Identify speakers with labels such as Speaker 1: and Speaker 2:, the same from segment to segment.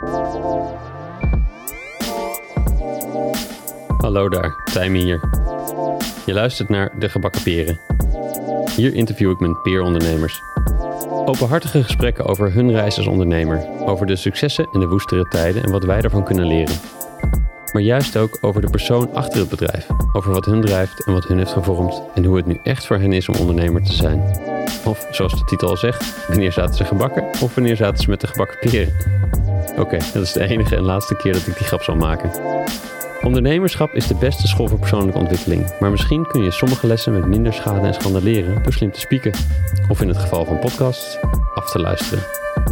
Speaker 1: Hallo daar, Tijmen hier. Je luistert naar De Gebakken Peren. Hier interview ik mijn peerondernemers. Openhartige gesprekken over hun reis als ondernemer, over de successen en de woestere tijden en wat wij daarvan kunnen leren. Maar juist ook over de persoon achter het bedrijf, over wat hun drijft en wat hun heeft gevormd en hoe het nu echt voor hen is om ondernemer te zijn. Of, zoals de titel al zegt, wanneer zaten ze gebakken of wanneer zaten ze met de gebakken peren? Oké, dat is de enige en laatste keer dat ik die grap zal maken. Ondernemerschap is de beste school voor persoonlijke ontwikkeling, maar misschien kun je sommige lessen met minder schade en schande leren door slim te spieken. Of in het geval van podcasts, af te luisteren.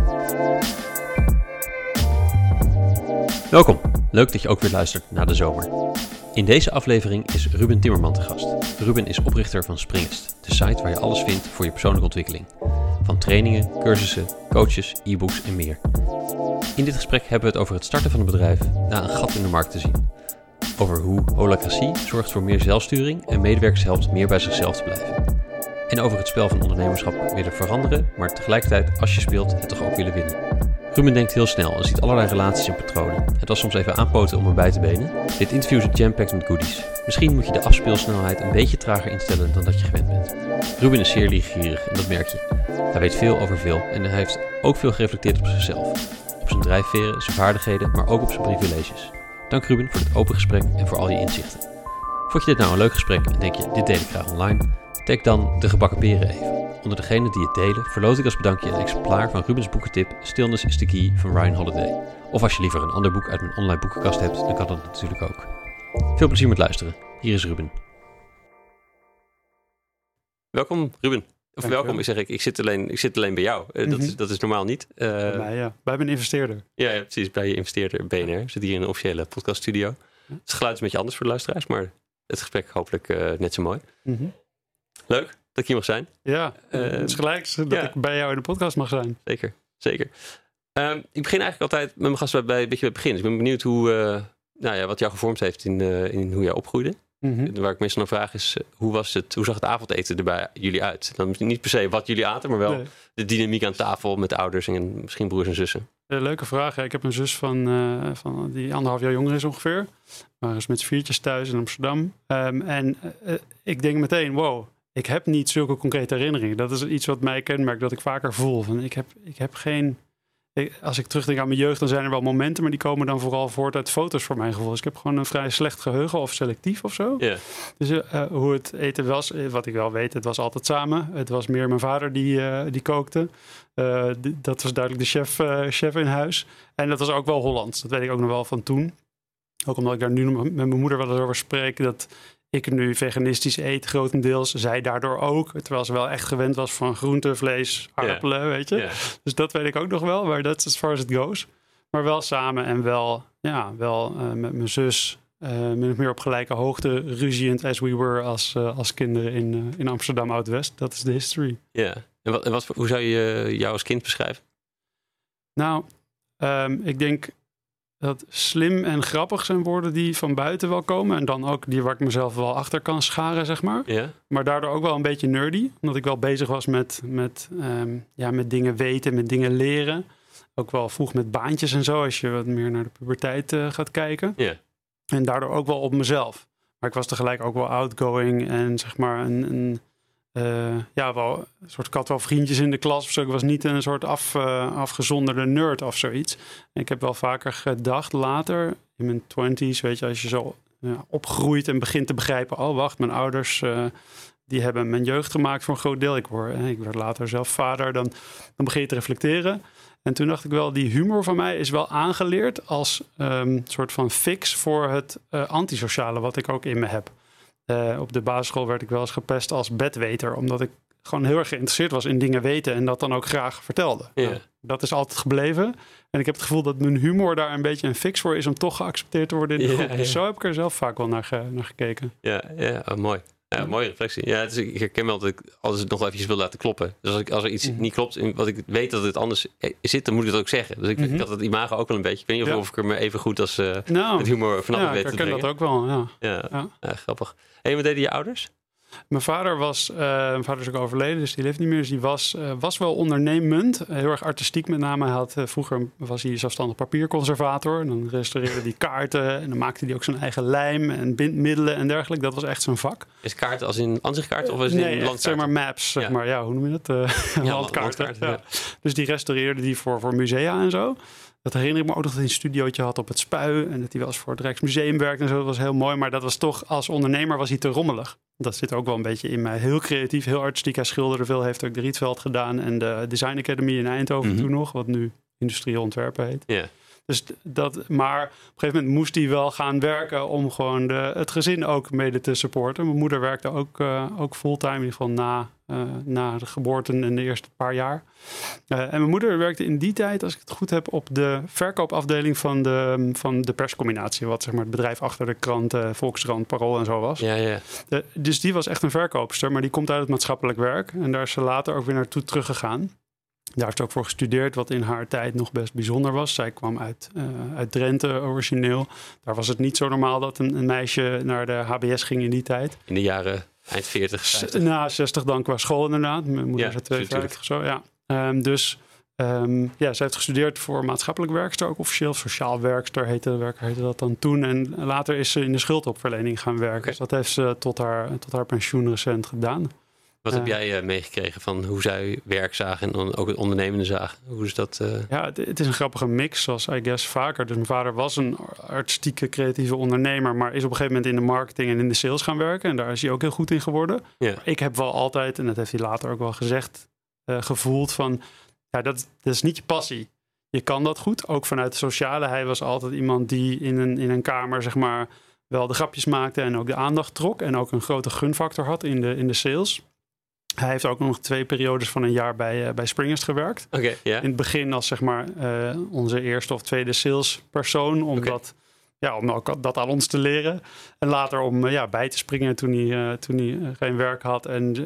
Speaker 1: Welkom, leuk dat je ook weer luistert naar de zomer. In deze aflevering is Ruben Timmerman te gast. Ruben is oprichter van Springest, de site waar je alles vindt voor je persoonlijke ontwikkeling. Van trainingen, cursussen, coaches, e-books en meer. In dit gesprek hebben we het over het starten van een bedrijf na een gat in de markt te zien. Over hoe holacratie zorgt voor meer zelfsturing en medewerkers helpt meer bij zichzelf te blijven. En over het spel van ondernemerschap willen veranderen, maar tegelijkertijd als je speelt het toch ook willen winnen. Ruben denkt heel snel en ziet allerlei relaties en patronen. Het was soms even aanpoten om erbij te benen. Dit interview is jam-packed met goodies. Misschien moet je de afspeelsnelheid een beetje trager instellen dan dat je gewend bent. Ruben is zeer leergierig en dat merk je. Hij weet veel over veel en hij heeft ook veel gereflecteerd op zichzelf. Op zijn drijfveren, zijn vaardigheden, maar ook op zijn privileges. Dank Ruben voor dit open gesprek en voor al je inzichten. Vond je dit nou een leuk gesprek en denk je, dit deel ik graag online? Tag dan De Gebakken Peren even. Onder degenen die het delen, verloot ik als bedankje een exemplaar van Rubens boekentip Stillness is the Key van Ryan Holiday. Of als je liever een ander boek uit mijn online boekenkast hebt, dan kan dat natuurlijk ook. Veel plezier met luisteren. Hier is Ruben. Welkom Ruben. Of welkom, ik zit alleen bij jou. Dat is normaal niet.
Speaker 2: Bij mij, ja. Bij mijn investeerder.
Speaker 1: Ja, precies. Bij je investeerder BNR. We zitten hier in een officiële podcaststudio. Het geluid is een beetje anders voor de luisteraars, maar het gesprek hopelijk net zo mooi. Mm-hmm. Leuk dat ik hier mag zijn. Ja,
Speaker 2: het is gelijk dat ik bij jou in de podcast mag zijn.
Speaker 1: Zeker. Ik begin eigenlijk altijd met mijn gasten bij een beetje bij het begin. Dus ik ben benieuwd wat jou gevormd heeft in hoe jij opgroeide. Mm-hmm. Waar ik meestal naar vraag is, hoe zag het avondeten er bij jullie uit? Dan niet per se wat jullie aten, maar wel de dynamiek aan tafel met de ouders en misschien broers en zussen.
Speaker 2: Leuke vraag. Ik heb een zus van die 1,5 jaar jonger is ongeveer. We waren dus met z'n viertjes thuis in Amsterdam. Ik denk meteen, wow, ik heb niet zulke concrete herinneringen. Dat is iets wat mij kenmerkt, dat ik vaker voel. Van, ik heb geen... Als ik terugdenk aan mijn jeugd, dan zijn er wel momenten, maar die komen dan vooral voort uit foto's voor mijn gevoel. Dus ik heb gewoon een vrij slecht geheugen of selectief of zo. Yeah. Dus hoe het eten was, wat ik wel weet, het was altijd samen. Het was meer mijn vader die kookte. Dat was duidelijk de chef in huis. En dat was ook wel Hollands. Dat weet ik ook nog wel van toen. Ook omdat ik daar nu met mijn moeder wel eens over spreek, dat ik nu veganistisch eet, grotendeels. Zij daardoor ook. Terwijl ze wel echt gewend was van groente, vlees, aardappelen, weet je. Yeah. Dus dat weet ik ook nog wel. Maar dat is as far as it goes. Maar wel samen en wel met mijn zus. Min of meer op gelijke hoogte. Ruziend as we were als kinderen in Amsterdam Oud-West. Dat is de history.
Speaker 1: Ja. En hoe zou je jou als kind beschrijven?
Speaker 2: Nou, ik denk dat slim en grappig zijn woorden die van buiten wel komen. En dan ook die waar ik mezelf wel achter kan scharen, zeg maar. Yeah. Maar daardoor ook wel een beetje nerdy. Omdat ik wel bezig was met dingen weten, met dingen leren. Ook wel vroeg met baantjes en zo. Als je wat meer naar de puberteit gaat kijken. Yeah. En daardoor ook wel op mezelf. Maar ik was tegelijk ook wel outgoing. En zeg maar wel een soort, ik had wel vriendjes in de klas of zo. Ik was niet een soort afgezonderde nerd of zoiets. En ik heb wel vaker gedacht later, in mijn 20's, weet je, als je zo opgroeit en begint te begrijpen, oh wacht, mijn ouders, die hebben mijn jeugd gemaakt voor een groot deel. Ik werd later zelf vader, dan begin je te reflecteren. En toen dacht ik wel, die humor van mij is wel aangeleerd als soort van fix voor het antisociale wat ik ook in me heb. Op de basisschool werd ik wel eens gepest als bedweter, omdat ik gewoon heel erg geïnteresseerd was in dingen weten en dat dan ook graag vertelde. Yeah. Nou, dat is altijd gebleven. En ik heb het gevoel dat mijn humor daar een beetje een fix voor is om toch geaccepteerd te worden in de groep. Dus zo heb ik er zelf vaak wel naar gekeken.
Speaker 1: Ja, mooi. Ja, mooie reflectie. Ja, ik herken wel dat ik alles het nog wel eventjes wil laten kloppen. Dus als er iets niet klopt, wat ik weet dat het anders zit, dan moet ik het ook zeggen. Dus ik had het imago ook wel een beetje. Ik weet niet of ik er me even goed als het humor vanaf weet te brengen.
Speaker 2: Ik herken dat ook wel,
Speaker 1: ja, grappig. En wat deden je ouders?
Speaker 2: Mijn vader is ook overleden, dus die leeft niet meer. Dus die was wel ondernemend, heel erg artistiek met name. Vroeger was hij zelfstandig papierconservator. En dan restaureerde hij kaarten en dan maakte hij ook zijn eigen lijm en bindmiddelen en dergelijke. Dat was echt zijn vak.
Speaker 1: Is kaarten als in ansichtkaarten of is het in landkaarten?
Speaker 2: Zeg maar maps, zeg maar. Ja, hoe noem je dat? Landkaarten. Ja. Dus die restaureerde die voor musea en zo. Dat herinner ik me ook nog dat hij een studiootje had op het Spui. En dat hij wel eens voor het Rijksmuseum werkte en zo. Dat was heel mooi. Maar dat was toch, als ondernemer was hij te rommelig. Dat zit ook wel een beetje in mij. Heel creatief, heel artistiek. Hij schilderde veel, heeft ook de Rietveld gedaan. En de Design Academy in Eindhoven toen nog. Wat nu industrieel ontwerpen heet.
Speaker 1: Yeah.
Speaker 2: Dus maar op een gegeven moment moest hij wel gaan werken om gewoon het gezin ook mede te supporten. Mijn moeder werkte ook fulltime, in ieder geval na de geboorte en de eerste paar jaar. En mijn moeder werkte in die tijd, als ik het goed heb, op de verkoopafdeling van de perscombinatie. Wat zeg maar het bedrijf achter de krant, Volkskrant, Parool en zo was.
Speaker 1: Ja.
Speaker 2: Dus die was echt een verkoopster, maar die komt uit het maatschappelijk werk. En daar is ze later ook weer naartoe teruggegaan. Daar heeft ze ook voor gestudeerd, wat in haar tijd nog best bijzonder was. Zij kwam uit Drenthe origineel. Daar was het niet zo normaal dat een meisje naar de HBS ging in die tijd.
Speaker 1: In de jaren eind 40, 50.
Speaker 2: Na 60 dan qua school inderdaad. Mijn moeder is 52 of zo, ja. Ze heeft gestudeerd voor maatschappelijk werkster, ook officieel. Sociaal werkster heette dat dan toen. En later is ze in de schuldhulpverlening gaan werken. Okay. Dus dat heeft ze tot haar pensioen recent gedaan.
Speaker 1: Wat heb jij meegekregen van hoe zij werk zagen en dan ook het ondernemende zagen? Hoe is dat?
Speaker 2: Ja, het is een grappige mix, zoals I guess vaker. Dus mijn vader was een artistieke, creatieve ondernemer, maar is op een gegeven moment in de marketing en in de sales gaan werken. En daar is hij ook heel goed in geworden. Ja. Ik heb wel altijd, en dat heeft hij later ook wel gezegd, gevoeld van, ja, dat is niet je passie. Je kan dat goed, ook vanuit het sociale. Hij was altijd iemand die in een kamer, zeg maar, wel de grapjes maakte en ook de aandacht trok. En ook een grote gunfactor had in de sales. Hij heeft ook nog 2 periodes van een jaar bij Springers gewerkt.
Speaker 1: Okay, yeah.
Speaker 2: In het begin als zeg maar onze eerste of tweede salespersoon. Om ook dat aan ons te leren. En later om bij te springen toen hij geen werk had.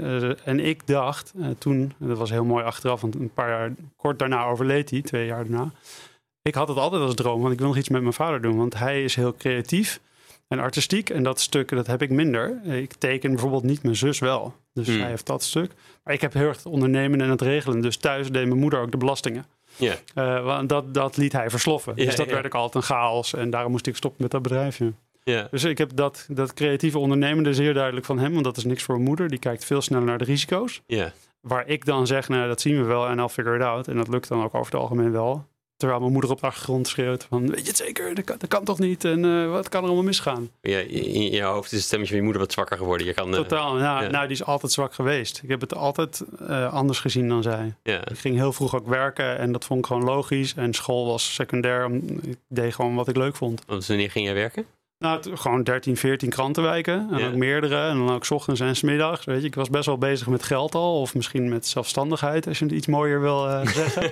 Speaker 2: En ik dacht toen, dat was heel mooi achteraf, want een paar jaar kort daarna overleed hij, 2 jaar daarna. Ik had het altijd als droom, want ik wil nog iets met mijn vader doen. Want hij is heel creatief en artistiek. En dat stuk, dat heb ik minder. Ik teken bijvoorbeeld niet, mijn zus wel. Dus hij heeft dat stuk. Maar ik heb heel erg het ondernemen en het regelen. Dus thuis deed mijn moeder ook de belastingen. Yeah. Want dat liet hij versloffen. Yeah, dus dat werd ook altijd een chaos. En daarom moest ik stoppen met dat bedrijfje. Yeah. Dus ik heb dat creatieve ondernemende zeer duidelijk van hem. Want dat is niks voor mijn moeder. Die kijkt veel sneller naar de risico's. Yeah. Waar ik dan zeg, nou dat zien we wel en I'll figure it out. En dat lukt dan ook over het algemeen wel. Terwijl mijn moeder op de achtergrond schreeuwt van, weet je het zeker, dat kan toch niet? En wat kan er allemaal misgaan?
Speaker 1: Ja, in je hoofd is het stemmetje van je moeder wat zwakker geworden. Je kan,
Speaker 2: totaal, ja. Nou, die is altijd zwak geweest. Ik heb het altijd anders gezien dan zij. Ja. Ik ging heel vroeg ook werken en dat vond ik gewoon logisch. En school was secundair. Ik deed gewoon wat ik leuk vond.
Speaker 1: Want wanneer ging jij werken?
Speaker 2: Nou, gewoon 13, 14 krantenwijken. En ook meerdere. En dan ook 's ochtends en 's middags. Weet je, ik was best wel bezig met geld al. Of misschien met zelfstandigheid, als je het iets mooier wil zeggen.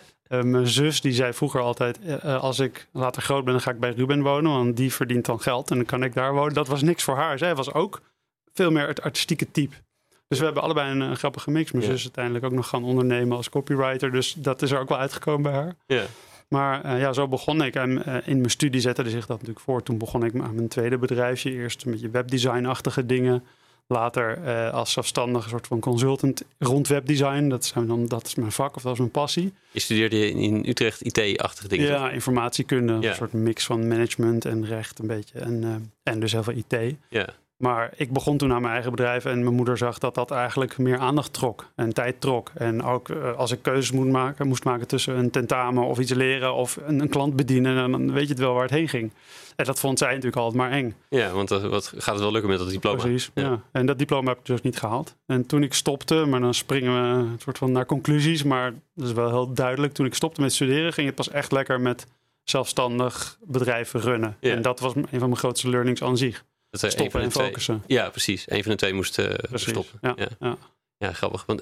Speaker 2: Mijn zus die zei vroeger altijd, als ik later groot ben, dan ga ik bij Ruben wonen. Want die verdient dan geld en dan kan ik daar wonen. Dat was niks voor haar. Zij was ook veel meer het artistieke type. Dus we hebben allebei een grappige mix. Mijn zus is uiteindelijk ook nog gaan ondernemen als copywriter. Dus dat is er ook wel uitgekomen bij haar. Ja. Maar zo begon ik. En in mijn studie zette zich dat natuurlijk voor. Toen begon ik aan mijn tweede bedrijfje. Eerst een beetje webdesign-achtige dingen. Later als zelfstandig een soort van consultant rond webdesign. Dat is mijn vak of dat is mijn passie.
Speaker 1: Je studeerde in Utrecht IT-achtige dingen?
Speaker 2: Ja, informatiekunde. Ja. Een soort mix van management en recht een beetje. En dus heel veel IT. Ja. Maar ik begon toen aan mijn eigen bedrijf en mijn moeder zag dat eigenlijk meer aandacht trok en tijd trok. En ook als ik keuzes moest maken tussen een tentamen of iets leren of een klant bedienen, dan weet je het wel waar het heen ging. En dat vond zij natuurlijk altijd maar eng.
Speaker 1: Ja, want wat gaat het wel lukken met dat diploma?
Speaker 2: Precies, ja. En dat diploma heb ik dus niet gehaald. En toen ik stopte, maar dan springen we een soort van naar conclusies, maar dat is wel heel duidelijk. Toen ik stopte met studeren ging het pas echt lekker met zelfstandig bedrijven runnen. Ja. En dat was een van mijn grootste learnings aan zich. Stoppen en focussen.
Speaker 1: Ja, precies. Een van de twee moest stoppen. Ja, grappig. Want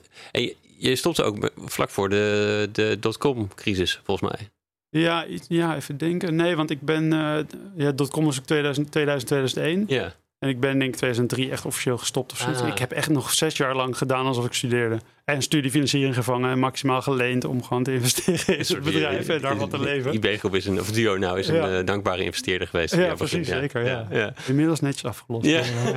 Speaker 1: je stopte ook vlak voor de dotcom-crisis, volgens mij. Ja,
Speaker 2: even denken. Nee, want ik ben... dotcom was ook 2000, 2001. Ja. En ik ben denk ik 2003 echt officieel gestopt of zoiets.
Speaker 1: Ah.
Speaker 2: Ik heb echt nog 6 jaar lang gedaan alsof ik studeerde. En studiefinanciering gevangen en maximaal geleend om gewoon te investeren in het bedrijf en daarvan te leven.
Speaker 1: IB-groep is of Duo nou is een dankbare investeerder geweest.
Speaker 2: Ja, precies, zeker. Ja. Inmiddels netjes afgelost.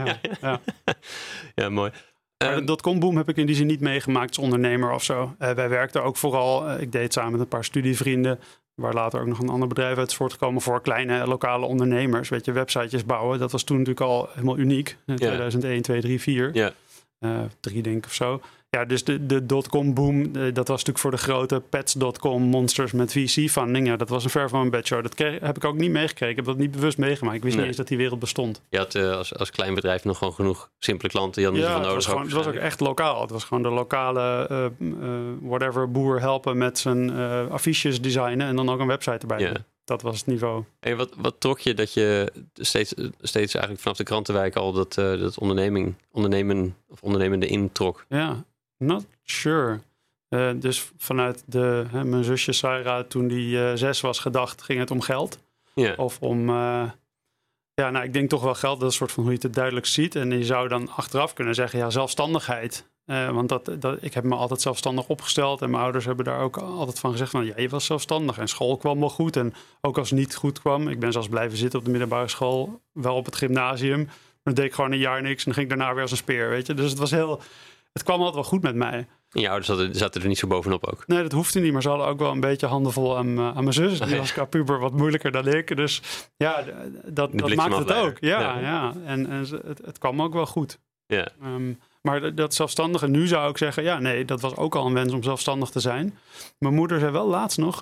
Speaker 1: Ja, mooi.
Speaker 2: Maar de dotcom-boom heb ik in die zin niet meegemaakt als ondernemer of zo. Wij werkten ook vooral, ik deed het samen met een paar studievrienden, waar later ook nog een ander bedrijf uit is voortgekomen voor kleine lokale ondernemers. Weet je, websitejes bouwen. Dat was toen natuurlijk al helemaal uniek. 2001, 2, 3, 4.
Speaker 1: Ja.
Speaker 2: 3 denk ik of zo. Ja, dus de dotcom-boom, dat was natuurlijk voor de grote Pets.com monsters met VC-funding. Ja, dat was een ver van mijn bedshow. Dat heb ik ook niet meegekregen. Ik heb dat niet bewust meegemaakt. Ik wist niet eens dat die wereld bestond.
Speaker 1: Je had als klein bedrijf nog gewoon genoeg simpele klanten. Je had niet van nodig.
Speaker 2: Het was ook echt lokaal. Het was gewoon de lokale boer helpen met zijn affiches designen en dan ook een website erbij. Ja. Dat was het niveau.
Speaker 1: En wat trok je dat je steeds eigenlijk vanaf de krantenwijk al dat ondernemende introk?
Speaker 2: Ja, not sure. Dus vanuit mijn zusje Sarah, toen die 6 was gedacht, ging het om geld.
Speaker 1: Ja.
Speaker 2: Of om, ik denk toch wel geld. Dat is een soort van hoe je het duidelijk ziet. En je zou dan achteraf kunnen zeggen, zelfstandigheid. Want ik heb me altijd zelfstandig opgesteld. En mijn ouders hebben daar ook altijd van gezegd van, je was zelfstandig. En school kwam wel goed. En ook als het niet goed kwam. Ik ben zelfs blijven zitten op de middelbare school. Wel op het gymnasium. Maar dan deed ik gewoon een jaar niks. En dan ging ik daarna weer als een speer, weet je. Dus het kwam altijd wel goed met mij.
Speaker 1: En je ouders zaten er niet zo bovenop ook?
Speaker 2: Nee, dat hoefde niet. Maar ze hadden ook wel een beetje handenvol aan mijn zus. Die was qua puber wat moeilijker dan ik. Dus ja, dat maakt het ook. Ja. En het kwam ook wel goed.
Speaker 1: Ja.
Speaker 2: Maar dat zelfstandige, nu zou ik zeggen, dat was ook al een wens om zelfstandig te zijn. Mijn moeder zei wel laatst nog,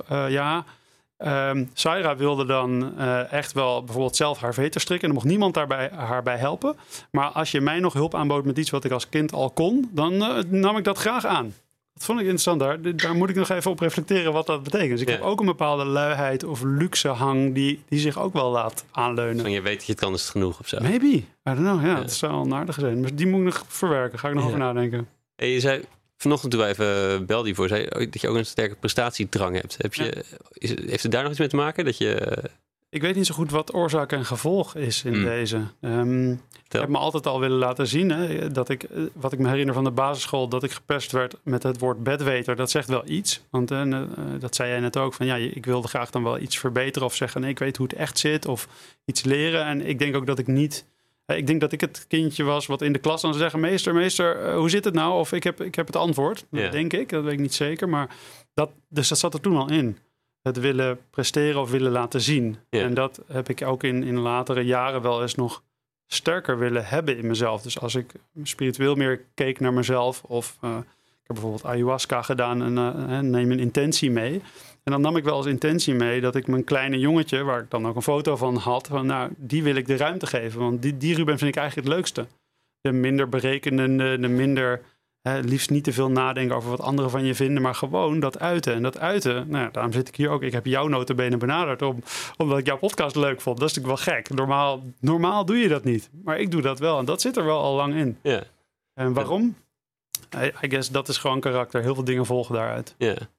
Speaker 2: Saira wilde dan echt wel bijvoorbeeld zelf haar veter strikken. En er mocht niemand haar bij helpen. Maar als je mij nog hulp aanbood met iets wat ik als kind al kon, dan nam ik dat graag aan. Dat vond ik interessant. Daar moet ik nog even op reflecteren wat dat betekent. Dus ik heb ook een bepaalde luiheid of luxe hang die zich ook wel laat aanleunen.
Speaker 1: Van je weet dat je het kan, is het genoeg of zo?
Speaker 2: Maybe. I don't know. Ja, het zou al aardig zijn. Maar die moet ik nog verwerken. Ga ik nog over nadenken.
Speaker 1: Hey, je zei vanochtend toen wij even belden hiervoor, zei dat je ook een sterke prestatiedrang hebt. Heeft het daar nog iets mee te maken? Dat je...
Speaker 2: Ik weet niet zo goed wat oorzaak en gevolg is in deze. Ik heb me altijd al willen laten zien. Wat ik me herinner van de basisschool, dat ik gepest werd met het woord bedweter. Dat zegt wel iets. Want dat zei jij net ook. Van ik wilde graag dan wel iets verbeteren. Of zeggen, nee, ik weet hoe het echt zit. Of iets leren. En ik denk ook dat ik niet... Ik denk dat ik het kindje was wat in de klas dan zou zeggen... Meester, hoe zit het nou? Of ik heb het antwoord. Dat denk ik. Dat weet ik niet zeker. Maar dus dat zat er toen al in. Het willen presteren of willen laten zien. Ja. En dat heb ik ook in latere jaren wel eens nog sterker willen hebben in mezelf. Dus als ik spiritueel meer keek naar mezelf... of ik heb bijvoorbeeld ayahuasca gedaan en neem een intentie mee... En dan nam ik wel als intentie mee dat ik mijn kleine jongetje... waar ik dan ook een foto van had... die wil ik de ruimte geven. Want die Ruben vind ik eigenlijk het leukste. De minder berekenende, de minder... liefst niet te veel nadenken over wat anderen van je vinden... maar gewoon dat uiten. En dat uiten, daarom zit ik hier ook. Ik heb jou nota bene benaderd omdat ik jouw podcast leuk vond. Dat is natuurlijk wel gek. Normaal doe je dat niet. Maar ik doe dat wel. En dat zit er wel al lang in.
Speaker 1: Ja.
Speaker 2: En waarom? I guess dat is gewoon karakter. Heel veel dingen volgen daaruit.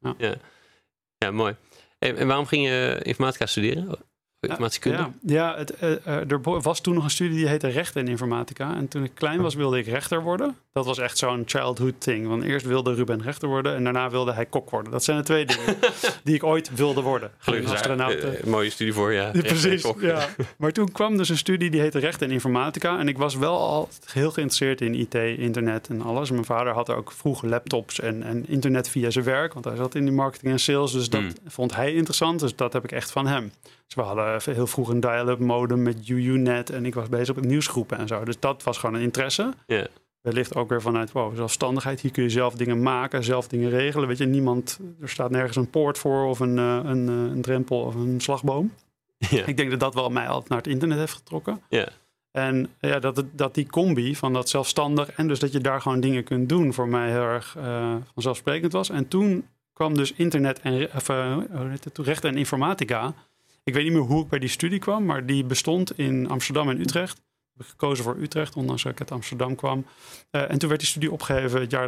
Speaker 1: Ja, mooi. En waarom ging je informatica studeren? Informatiekunde?
Speaker 2: Er was toen nog een studie die heette rechten en informatica. En toen ik klein was wilde ik rechter worden. Dat was echt zo'n childhood thing. Want eerst wilde Ruben rechter worden en daarna wilde hij kok worden. Dat zijn de 2 dingen die ik ooit wilde worden.
Speaker 1: Gelukkig mooie studie voor, ja.
Speaker 2: Precies, ja. Maar toen kwam dus een studie die heette rechten en informatica. En ik was wel al heel geïnteresseerd in IT, internet en alles. Mijn vader had ook vroeg laptops en internet via zijn werk. Want hij zat in die marketing en sales. Dus dat vond hij interessant. Dus dat heb ik echt van hem. Dus we hadden heel vroeg een dial-up modem met UUNet. En ik was bezig met nieuwsgroepen en zo. Dus dat was gewoon een interesse.
Speaker 1: Yeah.
Speaker 2: Wellicht ook weer vanuit zelfstandigheid. Hier kun je zelf dingen maken, zelf dingen regelen. Weet je, er staat nergens een poort voor of een drempel of een slagboom. Yeah. Ik denk dat wel mij altijd naar het internet heeft getrokken.
Speaker 1: Yeah.
Speaker 2: En dat die combi van dat zelfstandig en dus dat je daar gewoon dingen kunt doen voor mij heel erg vanzelfsprekend was. En toen kwam dus internet en rechten en informatica. Ik weet niet meer hoe ik bij die studie kwam, maar die bestond in Amsterdam en Utrecht. Ik heb gekozen voor Utrecht, ondanks dat ik uit Amsterdam kwam. En toen werd die studie opgegeven het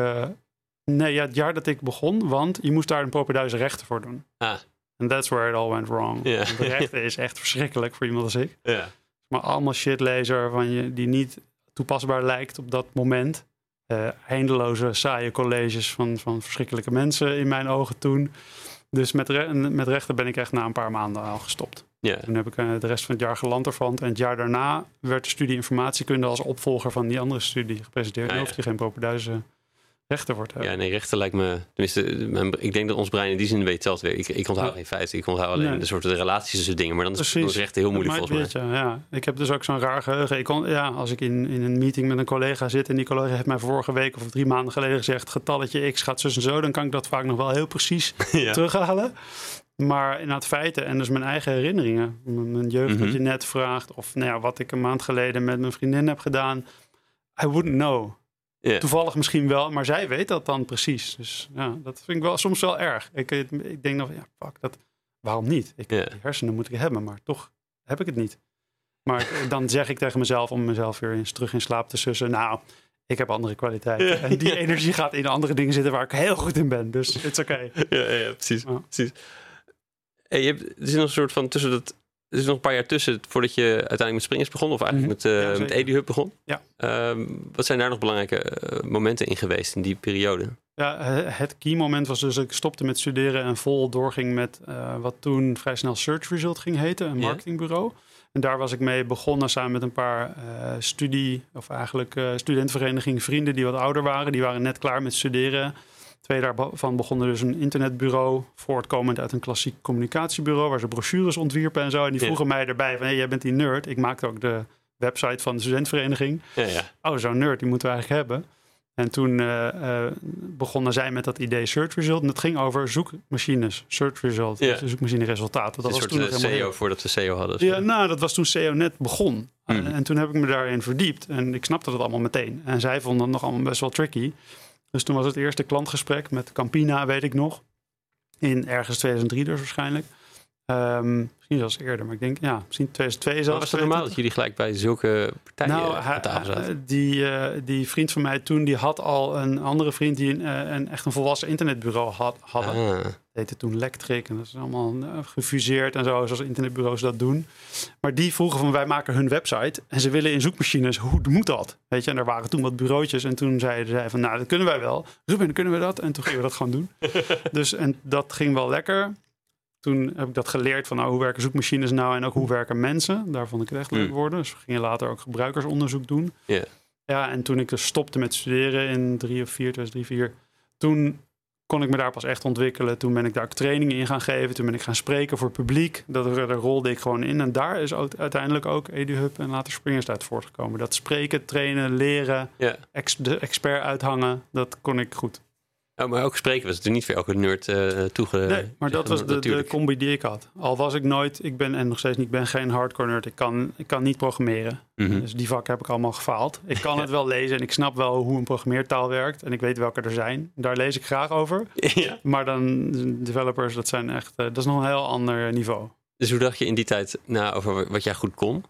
Speaker 2: jaar dat ik begon, want je moest daar een propedeuse rechten voor doen. And that's where it all went wrong. Yeah. De rechten is echt verschrikkelijk voor iemand als ik.
Speaker 1: Yeah.
Speaker 2: Maar allemaal shit lezen waarvan die niet toepasbaar lijkt op dat moment. Eindeloze saaie colleges van verschrikkelijke mensen in mijn ogen toen. Dus met rechten ben ik echt na een paar maanden al gestopt.
Speaker 1: Yeah.
Speaker 2: Toen heb ik de rest van het jaar gelanterfant. En het jaar daarna werd de studie informatiekunde als opvolger van die andere studie gepresenteerd. Nu hoef je geen propenduizen rechten voor te hebben.
Speaker 1: Ja, nee, rechten lijkt me... Tenminste, ik denk dat ons brein in die zin weet zelfs weer. Ik onthoud geen feiten. Ik onthoud alleen de soort relaties tussen dingen. Maar dan is rechten heel moeilijk volgens mij.
Speaker 2: Ja. Ik heb dus ook zo'n raar geheugen. Als ik in een meeting met een collega zit... en die collega heeft mij vorige week of 3 maanden geleden gezegd... getalletje X gaat zus en zo... dan kan ik dat vaak nog wel heel precies terughalen. Maar inderdaad feiten en dus mijn eigen herinneringen. Mijn jeugd dat je net vraagt. Of wat ik een maand geleden met mijn vriendin heb gedaan. I wouldn't know. Yeah. Toevallig misschien wel, maar zij weet dat dan precies. Dus ja, dat vind ik wel soms wel erg. Ik denk nog, waarom niet? Die hersenen moet ik hebben, maar toch heb ik het niet. Maar dan zeg ik tegen mezelf om mezelf weer eens terug in slaap te sussen. Nou, ik heb andere kwaliteiten. Yeah. En die energie gaat in andere dingen zitten waar ik heel goed in ben. Dus it's okay.
Speaker 1: Ja, precies. precies. Hey, er is nog een soort van tussen dat... Er is nog een paar jaar tussen voordat je uiteindelijk met Springers begon... of eigenlijk met EduHub begon. Ja. Wat zijn daar nog belangrijke momenten in geweest in die periode?
Speaker 2: Ja, het key moment was dus ik stopte met studeren... en vol doorging met wat toen vrij snel Search Result ging heten. Een marketingbureau. En daar was ik mee begonnen samen met een paar studentenvereniging vrienden... die wat ouder waren. Die waren net klaar met studeren... 2 daarvan begonnen dus een internetbureau... voortkomend uit een klassiek communicatiebureau... waar ze brochures ontwierpen en zo. En die vroegen mij erbij van... jij bent die nerd. Ik maakte ook de website van de studentenvereniging. Oh, zo'n nerd, die moeten we eigenlijk hebben. En toen begonnen zij met dat idee Search Result. En dat ging over zoekmachines. Search Result, dus zoekmachine resultaten. Dat was toen nog
Speaker 1: SEO voordat we SEO hadden.
Speaker 2: Ja, dat was toen SEO net begon. En toen heb ik me daarin verdiept. En ik snapte dat allemaal meteen. En zij vonden het nog allemaal best wel tricky... Dus toen was het eerste klantgesprek met Campina, weet ik nog. In ergens 2003 dus waarschijnlijk. Misschien zelfs eerder, maar ik denk, misschien 2002 zelfs.
Speaker 1: Maar was het normaal dat jullie gelijk bij zulke partijen aan tafel zaten?
Speaker 2: Die vriend van mij toen, die had al een andere vriend... die echt een volwassen internetbureau hadden. Dat heette toen Lectric en dat is allemaal gefuseerd en zo, zoals internetbureaus dat doen. Maar die vroegen van, wij maken hun website... en ze willen in zoekmachines, hoe moet dat? Weet je, en er waren toen wat bureautjes en toen zeiden zij van... nou, dat kunnen wij wel. Ruben, kunnen we dat? En toen gingen we dat gewoon doen. En dat ging wel lekker... Toen heb ik dat geleerd van hoe werken zoekmachines nou en ook hoe werken mensen. Daar vond ik het echt leuk worden. Dus we gingen later ook gebruikersonderzoek doen. Yeah. Ja, en toen ik dus stopte met studeren in 2003, 2004, toen kon ik me daar pas echt ontwikkelen. Toen ben ik daar ook trainingen in gaan geven. Toen ben ik gaan spreken voor publiek. Daar rolde ik gewoon in. En daar is uiteindelijk ook EduHub en later Springers uit voortgekomen. Dat spreken, trainen, leren, de expert uithangen, dat kon ik goed.
Speaker 1: Oh, maar ook spreken was natuurlijk niet voor elke nerd
Speaker 2: Nee, maar dat was de combi die ik had. Al was ik nooit, ik ben en nog steeds niet, ik ben geen hardcore nerd. Ik kan niet programmeren. Dus die vakken heb ik allemaal gefaald. Ik kan het wel lezen en ik snap wel hoe een programmeertaal werkt. En ik weet welke er zijn. Daar lees ik graag over. Ja. Maar dan developers, dat zijn echt, dat is nog een heel ander niveau.
Speaker 1: Dus hoe dacht je in die tijd over wat jij goed kon?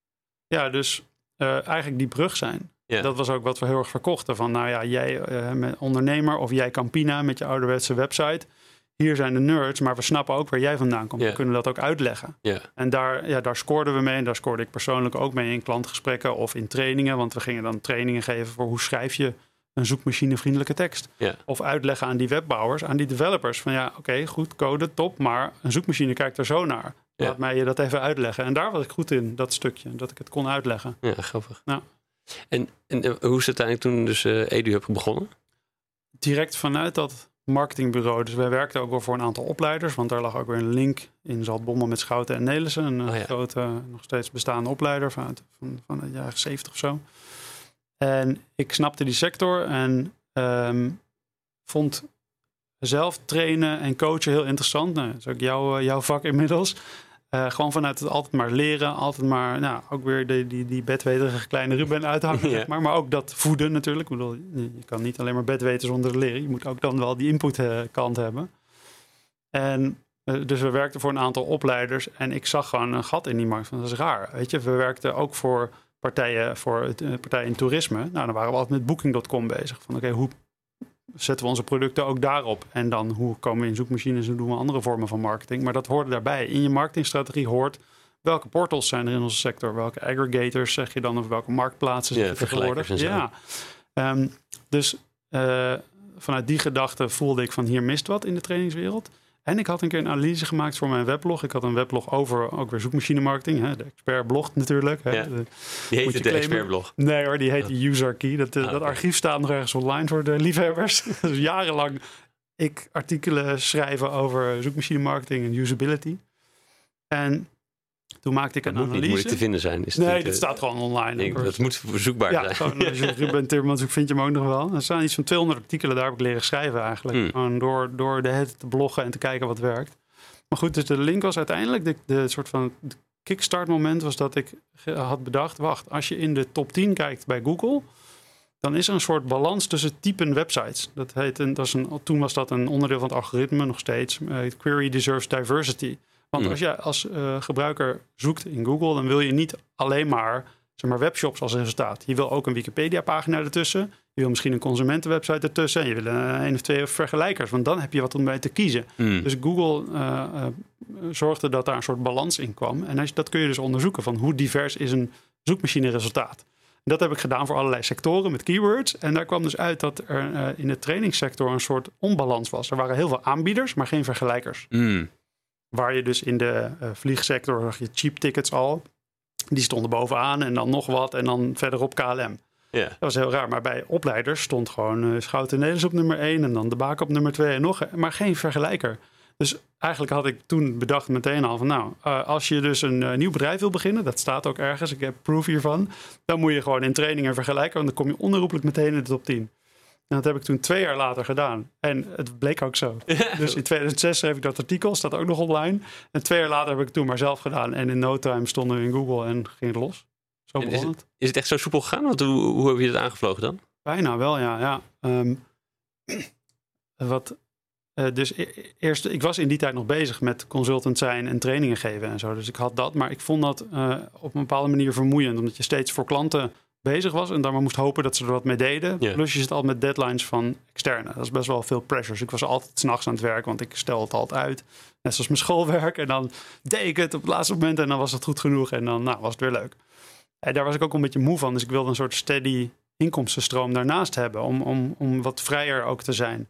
Speaker 2: Ja, dus eigenlijk die brug zijn. Ja. Dat was ook wat we heel erg verkochten. Van jij ondernemer of jij Campina met je ouderwetse website. Hier zijn de nerds, maar we snappen ook waar jij vandaan komt. We kunnen dat ook uitleggen. En daar scoorden we mee. En daar scoorde ik persoonlijk ook mee in klantgesprekken of in trainingen. Want we gingen dan trainingen geven voor hoe schrijf je een zoekmachinevriendelijke tekst. Of uitleggen aan die webbouwers, aan die developers. Van oké, goed, code, top. Maar een zoekmachine kijkt er zo naar. Laat mij je dat even uitleggen. En daar was ik goed in, dat stukje. Dat ik het kon uitleggen.
Speaker 1: Ja, grappig. Nou. En hoe is het uiteindelijk toen dus EduHub begonnen?
Speaker 2: Direct vanuit dat marketingbureau. Dus wij werkten ook wel voor een aantal opleiders. Want daar lag ook weer een link in Zaltbommel met Schouten en Nelissen. Een grote, nog steeds bestaande opleider van de jaren 70 of zo. En ik snapte die sector en vond zelf trainen en coachen heel interessant. Nou, dat is ook jouw vak inmiddels. Gewoon vanuit het altijd maar leren, altijd maar ook weer die bedweterige kleine Ruben uithangen. Zeg maar ook dat voeden natuurlijk. Ik bedoel, je kan niet alleen maar bedweten zonder te leren. Je moet ook dan wel die inputkant hebben. En dus we werkten voor een aantal opleiders en ik zag gewoon een gat in die markt. Dat is raar, weet je. We werkten ook voor partijen in toerisme. Nou, dan waren we altijd met Booking.com bezig. Van oké, hoe zetten we onze producten ook daarop? En dan hoe komen we in zoekmachines en doen we andere vormen van marketing? Maar dat hoorde daarbij. In je marketingstrategie hoort welke portals zijn er in onze sector? Welke aggregators zeg je dan? Of welke marktplaatsen zijn er tegenwoordig? Ja. Dus vanuit die gedachte voelde ik van hier mist wat in de trainingswereld. En ik had een keer een analyse gemaakt voor mijn weblog. Ik had een weblog over ook weer zoekmachine marketing. Hè, de expertblog natuurlijk.
Speaker 1: Ja. Die heet de expertblog.
Speaker 2: Nee hoor, die heet de User Key. Dat archief staat nog ergens online voor de liefhebbers. Dus jarenlang artikelen schrijven over zoekmachine marketing en usability. En toen maakte ik een analyse.
Speaker 1: Niet moeilijk te vinden zijn.
Speaker 2: Dit staat gewoon online.
Speaker 1: Het moet verzoekbaar zijn.
Speaker 2: Gewoon, als je Ruben Timmerman zoekt, vind je hem ook nog wel. Er staan iets van 200 artikelen, daar heb ik leren schrijven eigenlijk. Gewoon door de hele te bloggen en te kijken wat werkt. Maar goed, dus de link was uiteindelijk, de soort van kickstart moment was dat ik had bedacht, wacht, als je in de top 10 kijkt bij Google, dan is er een soort balans tussen typen websites. Toen was dat een onderdeel van het algoritme, nog steeds. Query deserves diversity. Want als je als gebruiker zoekt in Google, dan wil je niet alleen maar webshops als resultaat. Je wil ook een Wikipedia-pagina ertussen. Je wil misschien een consumentenwebsite ertussen. En je wil een of twee vergelijkers. Want dan heb je wat om bij te kiezen. Dus Google zorgde dat daar een soort balans in kwam. En dat kun je dus onderzoeken van hoe divers is een zoekmachine-resultaat. Dat heb ik gedaan voor allerlei sectoren met keywords. En daar kwam dus uit dat er in de trainingssector een soort onbalans was. Er waren heel veel aanbieders, maar geen vergelijkers. Waar je dus in de vliegsector zag je cheap tickets al. Die stonden bovenaan en dan nog wat en dan verderop KLM.
Speaker 1: Yeah.
Speaker 2: Dat was heel raar. Maar bij opleiders stond gewoon Schouten Nederlands op nummer 1 en dan de Baak op nummer 2 en nog. Maar geen vergelijker. Dus eigenlijk had ik toen bedacht meteen al van als je dus een nieuw bedrijf wil beginnen, dat staat ook ergens, ik heb proof hiervan, dan moet je gewoon in trainingen vergelijken, want dan kom je onherroepelijk meteen in de top 10. En dat heb ik toen 2 jaar later gedaan. En het bleek ook zo. Ja. Dus in 2006 schreef ik dat artikel, staat ook nog online. En 2 jaar later heb ik het toen maar zelf gedaan. En in no time stonden we in Google en ging het los. Zo begon het.
Speaker 1: Is het echt zo soepel gegaan? Want hoe heb je het aangevlogen dan?
Speaker 2: Bijna wel, ja. Dus eerst, ik was in die tijd nog bezig met consultant zijn en trainingen geven en zo. Dus ik had dat, maar ik vond dat op een bepaalde manier vermoeiend. Omdat je steeds voor klanten bezig was en dan maar moest hopen dat ze er wat mee deden. Yeah. Plus je zit altijd met deadlines van externe. Dat is best wel veel pressure. Dus ik was altijd 's nachts aan het werk, want ik stel het altijd uit. Net zoals mijn schoolwerk. En dan deed ik het op het laatste moment en dan was het goed genoeg. En dan was het weer leuk. En daar was ik ook een beetje moe van. Dus ik wilde een soort steady inkomstenstroom daarnaast hebben. Om wat vrijer ook te zijn.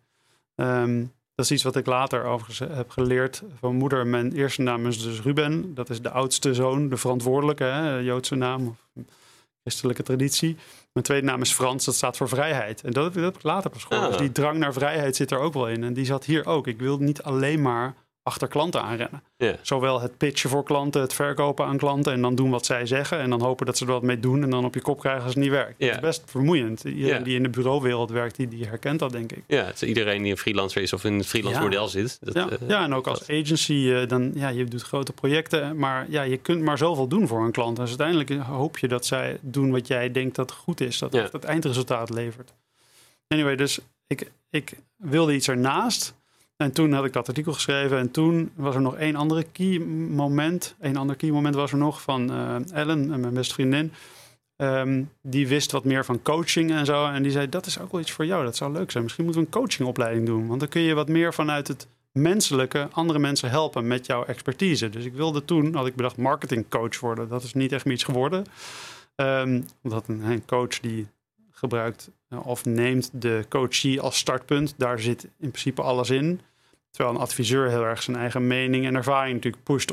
Speaker 2: Dat is iets wat ik later overigens heb geleerd van mijn moeder. Mijn eerste naam is dus Ruben. Dat is de oudste zoon, de verantwoordelijke, Joodse naam of christelijke traditie. Mijn tweede naam is Frans, dat staat voor vrijheid. En dat heb ik later pas gehoord. Dus die drang naar vrijheid zit er ook wel in. En die zat hier ook. Ik wil niet alleen maar achter klanten aanrennen. Yeah. Zowel het pitchen voor klanten, het verkopen aan klanten en dan doen wat zij zeggen en dan hopen dat ze er wat mee doen en dan op je kop krijgen als het niet werkt. Yeah. Dat is best vermoeiend. Iedereen die in de bureauwereld werkt, die herkent dat, denk ik.
Speaker 1: Ja, het is iedereen die een freelancer is of in het freelance model zit.
Speaker 2: En ook als agency, je doet grote projecten, maar je kunt maar zoveel doen voor een klant. Dus uiteindelijk hoop je dat zij doen wat jij denkt dat goed is, dat het eindresultaat levert. Anyway, dus ik wilde iets ernaast. En toen had ik dat artikel geschreven. En toen was er nog een ander key moment. Een ander key moment was er nog van Ellen, mijn beste vriendin. Die wist wat meer van coaching en zo. En die zei, dat is ook wel iets voor jou. Dat zou leuk zijn. Misschien moeten we een coachingopleiding doen. Want dan kun je wat meer vanuit het menselijke andere mensen helpen met jouw expertise. Dus ik wilde toen, had ik bedacht, marketingcoach worden. Dat is niet echt meer iets geworden. Omdat een coach die gebruikt of neemt de coachie als startpunt. Daar zit in principe alles in. Terwijl een adviseur heel erg zijn eigen mening en ervaring natuurlijk pusht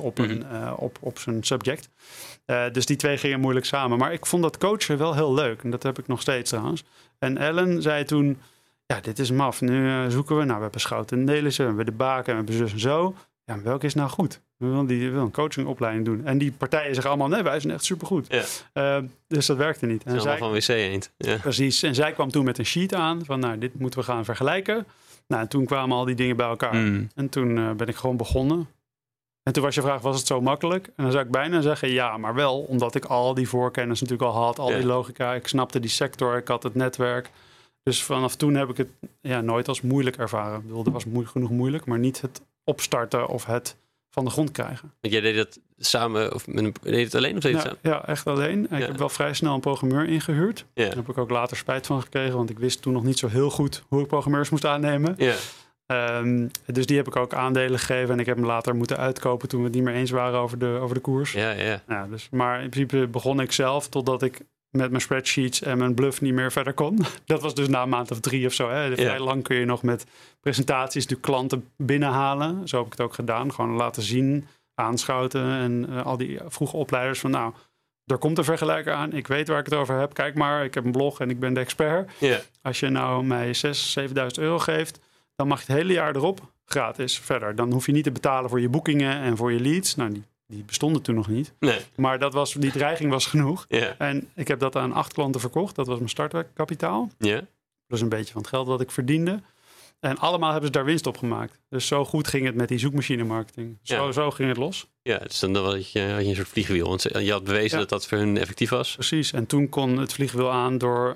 Speaker 2: op zijn subject. Dus die twee gingen moeilijk samen. Maar ik vond dat coachen wel heel leuk. En dat heb ik nog steeds trouwens. En Ellen zei toen, dit is maf. Nu zoeken we. We hebben Schouten Nelissen, we hebben de Baak en we hebben zus en zo. Ja, maar welke is nou goed? We willen een coachingopleiding doen. En die partijen zeggen allemaal, nee, wij zijn echt supergoed. Ja. Dus dat werkte niet.
Speaker 1: En zij van WC Eend. Ja.
Speaker 2: Precies. En zij kwam toen met een sheet aan van, dit moeten we gaan vergelijken. En toen kwamen al die dingen bij elkaar. En toen ben ik gewoon begonnen. En toen was je vraag, was het zo makkelijk? En dan zou ik bijna zeggen, ja, maar wel. Omdat ik al die voorkennis natuurlijk al had. Al die logica. Ik snapte die sector. Ik had het netwerk. Dus vanaf toen heb ik het nooit als moeilijk ervaren. Ik bedoel, dat was genoeg moeilijk. Maar niet het opstarten of het van de grond krijgen.
Speaker 1: Want jij deed dat samen, of deed je het alleen of deed je het samen?
Speaker 2: Ja, echt alleen. Ik heb wel vrij snel een programmeur ingehuurd. Daar heb ik ook later spijt van gekregen, want ik wist toen nog niet zo heel goed hoe ik programmeurs moest aannemen. Dus die heb ik ook aandelen gegeven. En ik heb hem later moeten uitkopen toen we het niet meer eens waren over de koers.
Speaker 1: Ja.
Speaker 2: Maar in principe begon ik zelf totdat ik met mijn spreadsheets en mijn bluff niet meer verder kon. Dat was dus na een maand of 3 of zo. Hè. Vrij lang kun je nog met presentaties de klanten binnenhalen. Zo heb ik het ook gedaan. Gewoon laten zien, aanschouten en al die vroege opleiders van nou, er komt een vergelijker aan. Ik weet waar ik het over heb. Kijk maar, ik heb een blog en ik ben de expert.
Speaker 1: Yeah.
Speaker 2: Als je nou mij 6.000, 7.000 euro geeft, dan mag je het hele jaar erop gratis verder. Dan hoef je niet te betalen voor je boekingen en voor je leads. Nou, die bestonden toen nog niet.
Speaker 1: Nee.
Speaker 2: Maar die dreiging was genoeg.
Speaker 1: Yeah.
Speaker 2: En ik heb dat aan 8 klanten verkocht. Dat was mijn startkapitaal.
Speaker 1: Yeah.
Speaker 2: Dat is een beetje van het geld wat ik verdiende. En allemaal hebben ze daar winst op gemaakt. Dus zo goed ging het met die zoekmachine marketing. Zo ging het los.
Speaker 1: Ja, dus dan had je een soort vliegwiel. Want je had bewezen dat voor hun effectief was.
Speaker 2: Precies. En toen kon het vliegwiel aan door...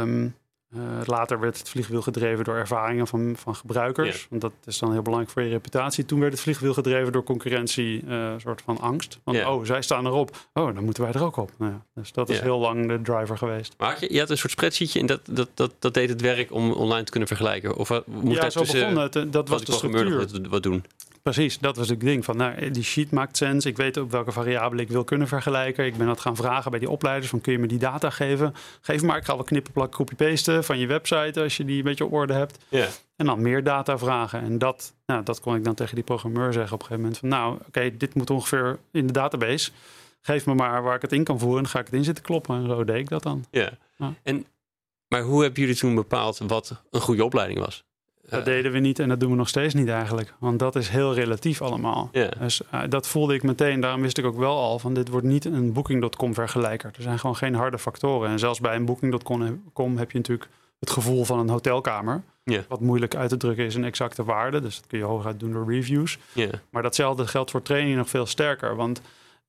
Speaker 2: later werd het vliegwiel gedreven door ervaringen van gebruikers.
Speaker 1: Ja.
Speaker 2: Want dat is dan heel belangrijk voor je reputatie. Toen werd het vliegwiel gedreven door concurrentie. Een soort van angst. Want zij staan erop. Dan moeten wij er ook op. Nou ja, dus dat is heel lang de driver geweest.
Speaker 1: Maar je had een soort spreadsheetje en dat deed het werk om online te kunnen vergelijken? Of moest
Speaker 2: zo begon het. Dat was de structuur.
Speaker 1: Wat doen?
Speaker 2: Precies, dat was het ding van, die sheet maakt sens. Ik weet op welke variabelen ik wil kunnen vergelijken. Ik ben dat gaan vragen bij die opleiders van kun je me die data geven? Geef maar, ik ga wel knippen, plakken, copy-pasten van je website als je die een beetje op orde hebt.
Speaker 1: Yeah.
Speaker 2: En dan meer data vragen. En dat kon ik dan tegen die programmeur zeggen op een gegeven moment van oké, dit moet ongeveer in de database. Geef me maar waar ik het in kan voeren en dan ga ik het in zitten kloppen. En zo deed ik dat dan.
Speaker 1: Yeah. Ja. Maar hoe hebben jullie toen bepaald wat een goede opleiding was?
Speaker 2: Dat deden we niet en dat doen we nog steeds niet eigenlijk. Want dat is heel relatief allemaal. Yeah. Dus dat voelde ik meteen. Daarom wist ik ook wel al van dit wordt niet een Booking.com vergelijker. Er zijn gewoon geen harde factoren. En zelfs bij een Booking.com heb je natuurlijk het gevoel van een hotelkamer. Yeah. Wat moeilijk uit te drukken is een exacte waarde. Dus dat kun je hooguit doen door reviews. Yeah. Maar datzelfde geldt voor training nog veel sterker. Want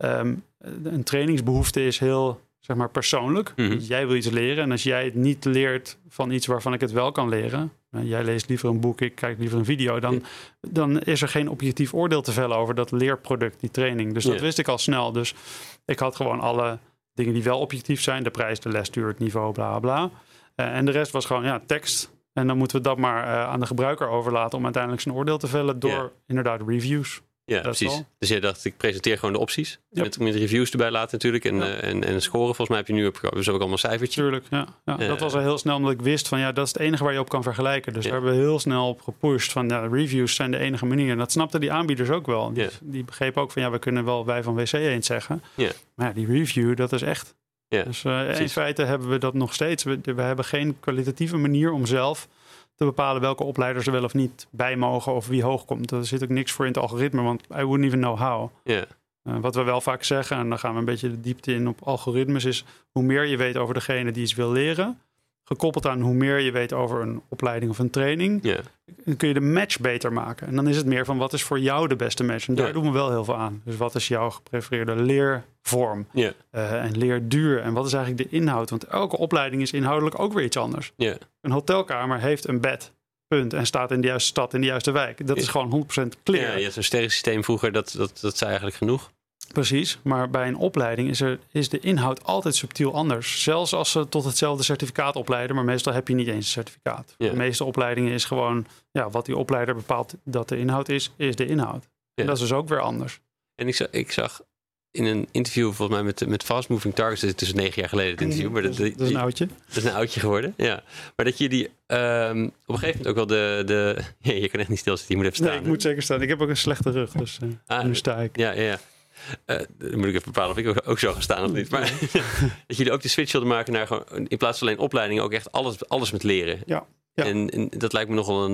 Speaker 2: een trainingsbehoefte is heel... zeg maar persoonlijk. Mm-hmm. Jij wil iets leren. En als jij het niet leert van iets waarvan ik het wel kan leren. Jij leest liever een boek, ik kijk liever een video. Dan is er geen objectief oordeel te vellen over dat leerproduct, die training. Dus dat wist ik al snel. Dus ik had gewoon alle dingen die wel objectief zijn. De prijs, de lesduur, het niveau, bla bla. En de rest was gewoon tekst. En dan moeten we dat maar aan de gebruiker overlaten om uiteindelijk zijn oordeel te vellen door inderdaad reviews.
Speaker 1: Ja, precies. Dus jij dacht, ik presenteer gewoon de opties. Yep. Met reviews erbij laten natuurlijk. En scoren. Volgens mij heb je nu ook allemaal een cijfertje.
Speaker 2: Tuurlijk, ja. Dat was al heel snel omdat ik wist van dat is het enige waar je op kan vergelijken. Dus daar hebben we heel snel op gepusht van reviews zijn de enige manier. En dat snapten die aanbieders ook wel. Die begrepen ook van we kunnen wel wij van WC Eend zeggen. Maar die review, dat is echt. Dus in feite hebben we dat nog steeds. We hebben geen kwalitatieve manier om zelf te bepalen welke opleiders er wel of niet bij mogen of wie hoog komt. Er zit ook niks voor in het algoritme, want I wouldn't even know how. Yeah. Wat we wel vaak zeggen, en dan gaan we een beetje de diepte in op algoritmes, is hoe meer je weet over degene die iets wil leren, gekoppeld aan hoe meer je weet over een opleiding of een training, dan kun je de match beter maken. En dan is het meer van wat is voor jou de beste match. En daar doen we wel heel veel aan. Dus wat is jouw geprefereerde leervorm en leerduur? En wat is eigenlijk de inhoud? Want elke opleiding is inhoudelijk ook weer iets anders. Een hotelkamer heeft een bed. Punt. En staat in de juiste stad, in de juiste wijk. Dat is gewoon 100% clear.
Speaker 1: Ja, je had een sterrensysteem vroeger, dat zei eigenlijk genoeg.
Speaker 2: Precies, maar bij een opleiding is de inhoud altijd subtiel anders. Zelfs als ze tot hetzelfde certificaat opleiden, maar meestal heb je niet eens een certificaat. De meeste opleidingen is gewoon, wat die opleider bepaalt dat de inhoud is de inhoud. En dat is dus ook weer anders.
Speaker 1: En ik zag in een interview volgens mij met Fast Moving Targets, het is 9 jaar geleden het interview. Maar
Speaker 2: dat is een oudje.
Speaker 1: Dat is een oudje geworden, ja. Maar dat je die op een gegeven moment ook wel je kan echt niet stilzitten, je moet even staan.
Speaker 2: Nee, ik moet zeker staan. Ik heb ook een slechte rug, dus nu sta ik.
Speaker 1: Ja. Dan moet ik even bepalen of ik ook zo ga staan of niet. Maar dat jullie ook de switch wilden maken naar gewoon, in plaats van alleen opleidingen, ook echt alles met leren. Ja. En dat lijkt me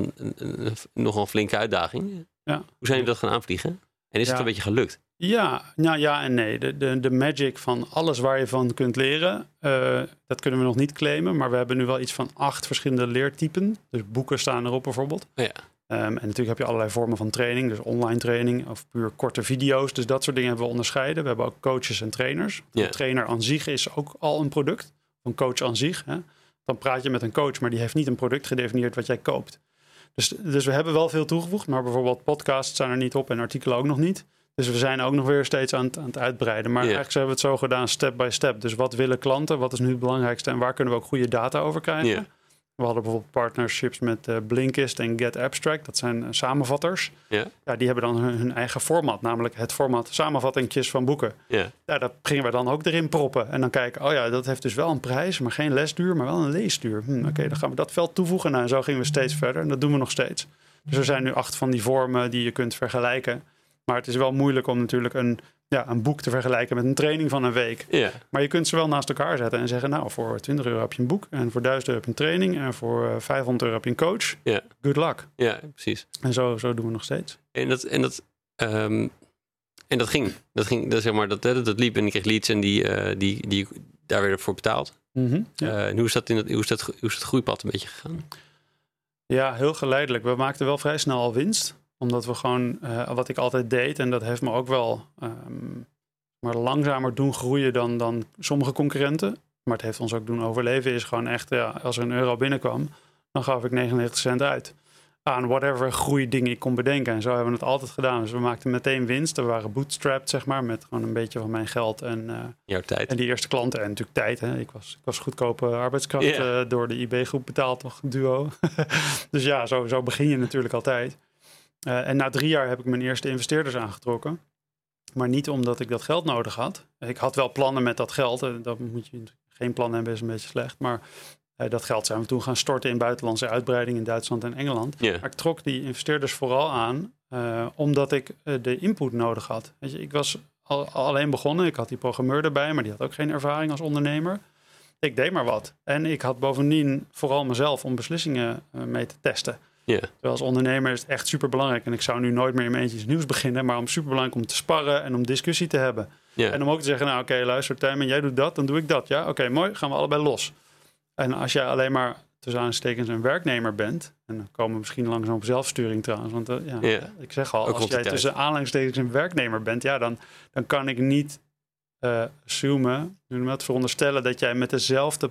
Speaker 1: nogal een flinke uitdaging. Ja. Hoe zijn jullie dat gaan aanvliegen? En is het een beetje gelukt?
Speaker 2: Ja en nee. De magic van alles waar je van kunt leren, dat kunnen we nog niet claimen. Maar we hebben nu wel iets van 8 verschillende leertypen. Dus boeken staan erop bijvoorbeeld. Ja. En natuurlijk heb je allerlei vormen van training. Dus online training of puur korte video's. Dus dat soort dingen hebben we onderscheiden. We hebben ook coaches en trainers. Een trainer aan zich is ook al een product. Een coach aan zich. Hè. Dan praat je met een coach, maar die heeft niet een product gedefinieerd wat jij koopt. Dus we hebben wel veel toegevoegd. Maar bijvoorbeeld podcasts zijn er niet op en artikelen ook nog niet. Dus we zijn ook nog weer steeds aan het uitbreiden. Maar eigenlijk hebben we het zo gedaan step by step. Dus wat willen klanten? Wat is nu het belangrijkste? En waar kunnen we ook goede data over krijgen? We hadden bijvoorbeeld partnerships met Blinkist en Get Abstract. Dat zijn samenvatters.
Speaker 1: Ja.
Speaker 2: Ja, die hebben dan hun eigen format. Namelijk het format samenvattingjes van boeken.
Speaker 1: Ja.
Speaker 2: Ja, dat gingen we dan ook erin proppen. En dan kijken, oh ja, dat heeft dus wel een prijs. Maar geen lesduur, maar wel een leesduur. Oké, dan gaan we dat veld toevoegen. Nou, en zo gingen we steeds verder. En dat doen we nog steeds. Dus er zijn nu 8 van die vormen die je kunt vergelijken. Maar het is wel moeilijk om natuurlijk een boek te vergelijken met een training van een week.
Speaker 1: Ja.
Speaker 2: Maar je kunt ze wel naast elkaar zetten en zeggen, nou, voor €20 heb je een boek. En voor €1000 heb je een training. En voor €500 heb je een coach.
Speaker 1: Ja.
Speaker 2: Good luck.
Speaker 1: Ja, precies.
Speaker 2: En zo doen we nog steeds.
Speaker 1: En dat ging. Dat liep en ik kreeg leads en die daar werden voor betaald.
Speaker 2: Mm-hmm, ja.
Speaker 1: En hoe is het groeipad een beetje gegaan?
Speaker 2: Ja, heel geleidelijk. We maakten wel vrij snel al winst. Omdat we gewoon, wat ik altijd deed, en dat heeft me ook wel maar langzamer doen groeien dan sommige concurrenten. Maar het heeft ons ook doen overleven, is gewoon echt, als er €1 binnenkwam, dan gaf ik 99 cent uit. Aan whatever groeidingen ik kon bedenken. En zo hebben we het altijd gedaan. Dus we maakten meteen winst. We waren bootstrapped, zeg maar, met gewoon een beetje van mijn geld en
Speaker 1: jouw tijd.
Speaker 2: En die eerste klanten en natuurlijk tijd. Hè. Ik was goedkope arbeidskracht door de IB-groep betaald, toch, duo. Dus ja, zo begin je natuurlijk altijd. En na 3 jaar heb ik mijn eerste investeerders aangetrokken. Maar niet omdat ik dat geld nodig had. Ik had wel plannen met dat geld. Dat moet je geen plan hebben, is een beetje slecht. Maar dat geld zijn we toen gaan storten in buitenlandse uitbreiding in Duitsland en Engeland.
Speaker 1: Yeah.
Speaker 2: Maar ik trok die investeerders vooral aan omdat ik de input nodig had. Weet je, ik was alleen begonnen. Ik had die programmeur erbij, maar die had ook geen ervaring als ondernemer. Ik deed maar wat. En ik had bovendien vooral mezelf om beslissingen mee te testen.
Speaker 1: Yeah.
Speaker 2: Terwijl als ondernemer is het echt super belangrijk. En ik zou nu nooit meer in mijn eentje iets nieuws beginnen. Maar super belangrijk om te sparren en om discussie te hebben.
Speaker 1: Yeah.
Speaker 2: En om ook te zeggen, nou oké, luister Tijmen, jij doet dat, dan doe ik dat. Ja, oké, mooi, gaan we allebei los. En als jij alleen maar tussen aanstekens een werknemer bent. En dan komen we misschien langzaam op zelfsturing trouwens. Want ik zeg al, als jij tussen aanhalingstekens een werknemer bent. Ja, dan kan ik niet assumen, veronderstellen dat jij met dezelfde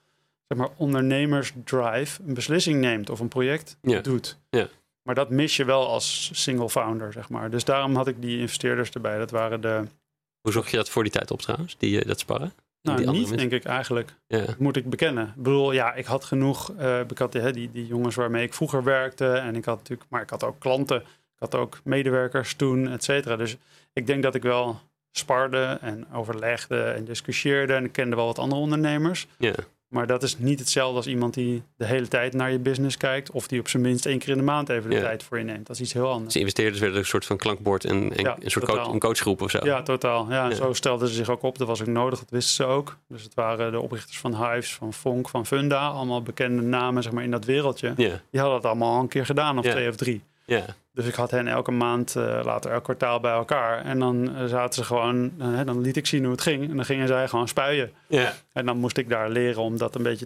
Speaker 2: ondernemersdrive een beslissing neemt of een project doet. Yeah. Maar dat mis je wel als single founder, zeg maar. Dus daarom had ik die investeerders erbij. Dat waren de...
Speaker 1: Hoe zocht je dat voor die tijd op trouwens, dat sparren?
Speaker 2: Nou, niet denk ik eigenlijk. Yeah. Moet ik bekennen. Ik bedoel, ik had genoeg... ik had die jongens waarmee ik vroeger werkte. En ik had natuurlijk... Maar ik had ook klanten. Ik had ook medewerkers toen, et cetera. Dus ik denk dat ik wel sparde en overlegde en discussieerde. En ik kende wel wat andere ondernemers.
Speaker 1: Yeah.
Speaker 2: Maar dat is niet hetzelfde als iemand die de hele tijd naar je business kijkt. Of die op zijn minst 1 keer in de maand even de tijd voor je neemt. Dat is iets heel anders.
Speaker 1: Dus investeerders werden een soort van klankbord en een soort een coachgroep of zo.
Speaker 2: Ja, totaal. Ja. Zo stelden ze zich ook op. Dat was ook nodig, dat wisten ze ook. Dus het waren de oprichters van Hives, van Fonk, van Funda. Allemaal bekende namen, zeg maar, in dat wereldje. Die hadden het allemaal al een keer gedaan, of 2 of 3.
Speaker 1: Ja.
Speaker 2: Dus ik had hen elke maand, later elk kwartaal bij elkaar. En dan zaten ze gewoon, dan liet ik zien hoe het ging. En dan gingen zij gewoon spuien.
Speaker 1: Ja. En
Speaker 2: dan moest ik daar leren om dat een beetje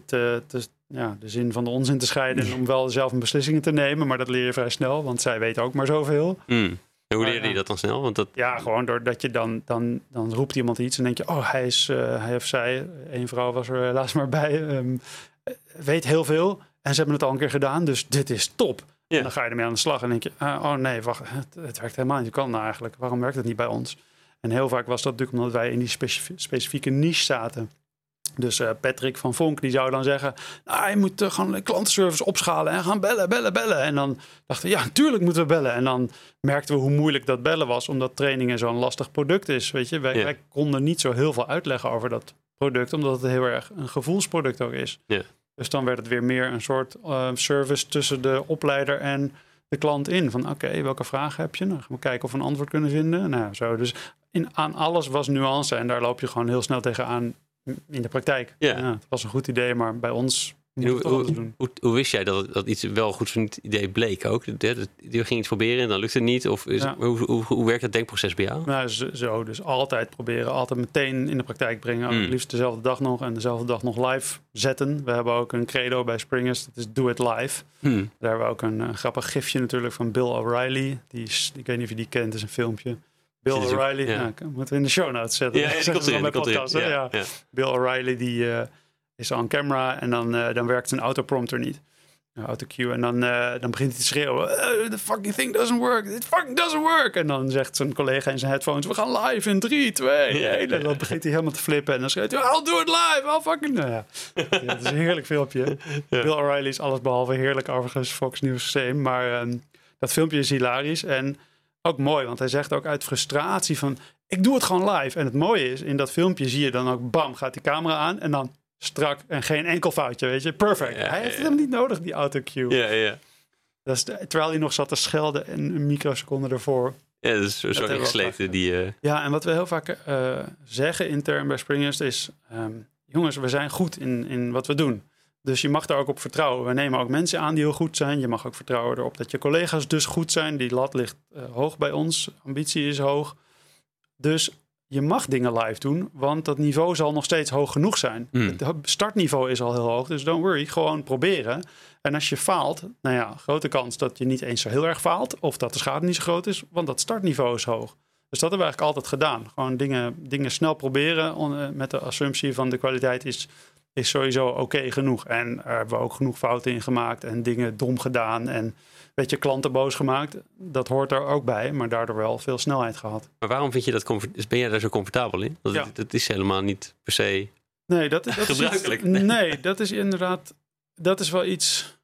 Speaker 2: de zin van de onzin te scheiden. En om wel zelf een beslissingen te nemen. Maar dat leer je vrij snel, want zij weten ook maar zoveel.
Speaker 1: En hoe leerde je dat dan snel? Want dat...
Speaker 2: Ja, gewoon doordat je dan roept iemand iets en denk je, oh, hij of zij, 1 vrouw was er helaas maar bij, weet heel veel. En ze hebben het al een keer gedaan, dus dit is top. En dan ga je ermee aan de slag en denk je, oh nee, wacht, het werkt helemaal niet. Je kan nou eigenlijk, waarom werkt het niet bij ons? En heel vaak was dat natuurlijk omdat wij in die specifieke niche zaten. Dus Patrick van Vonk, die zou dan zeggen, nou, je moet gewoon klantenservice opschalen en gaan bellen. En dan dachten we, ja, natuurlijk moeten we bellen. En dan merkten we hoe moeilijk dat bellen was, omdat trainingen zo'n lastig product is. Weet je, wij konden niet zo heel veel uitleggen over dat product, omdat het heel erg een gevoelsproduct ook is. Dus dan werd het weer meer een soort service tussen de opleider en de klant in. Van oké, welke vragen heb je? Nou, gaan we kijken of we een antwoord kunnen vinden. Nou, zo. Dus aan alles was nuance en daar loop je gewoon heel snel tegenaan in de praktijk. Ja, het was een goed idee, maar bij ons moet het toch anders doen.
Speaker 1: Hoe wist jij dat iets wel goed van het idee bleek ook? Je ging iets proberen en dan lukte het niet? Of hoe werkt het denkproces bij jou?
Speaker 2: Nou, zo. Dus altijd proberen, altijd meteen in de praktijk brengen. Het liefst dezelfde dag nog en dezelfde dag nog live zetten. We hebben ook een credo bij Springers, dat is do it live. Daar hebben we ook een grappig gifje natuurlijk van Bill O'Reilly. Ik weet niet of je die kent, het is een filmpje. Bill O'Reilly, moeten we in de show notes zetten.
Speaker 1: Ja.
Speaker 2: Bill O'Reilly die is on camera en dan werkt zijn autoprompter niet. autocue. En dan begint hij te schreeuwen. The fucking thing doesn't work. It fucking doesn't work. En dan zegt zijn collega in zijn headphones, we gaan live in 3, 2, 1. En dan begint hij helemaal te flippen. En dan schreeuwt hij, I'll do it live. I'll fucking... Nou ja, het is een heerlijk filmpje. Ja. Bill O'Reilly is alles behalve heerlijk, overigens, Fox News systeem. Maar dat filmpje is hilarisch. En ook mooi, want hij zegt ook uit frustratie van, ik doe het gewoon live. En het mooie is, in dat filmpje zie je dan ook, bam, gaat die camera aan. En dan strak en geen enkel foutje, weet je. Perfect. Hij heeft hem niet nodig, die autocue.
Speaker 3: Ja.
Speaker 2: Dat is terwijl hij nog zat te schelden en een microseconde ervoor.
Speaker 3: Ja, dat is zo ingesleten.
Speaker 2: Ja, en wat we heel vaak zeggen intern bij Springers is, jongens, we zijn goed in wat we doen. Dus je mag daar ook op vertrouwen. We nemen ook mensen aan die heel goed zijn. Je mag ook vertrouwen erop dat je collega's dus goed zijn. Die lat ligt hoog bij ons. Ambitie is hoog. Dus je mag dingen live doen, want dat niveau zal nog steeds hoog genoeg zijn. Het startniveau is al heel hoog, dus don't worry. Gewoon proberen. En als je faalt, nou ja, grote kans dat je niet eens zo heel erg faalt. Of dat de schade niet zo groot is, want dat startniveau is hoog. Dus dat hebben we eigenlijk altijd gedaan. Gewoon dingen snel proberen met de assumptie van de kwaliteit is sowieso oké genoeg. En daar hebben we ook genoeg fouten in gemaakt en dingen dom gedaan en klanten boos gemaakt. Dat hoort er ook bij, maar daardoor wel veel snelheid gehad.
Speaker 3: Maar waarom vind je dat ben jij daar zo comfortabel in? Dat is helemaal niet per se gebruikelijk.
Speaker 2: Nee, dat is inderdaad, dat is wel iets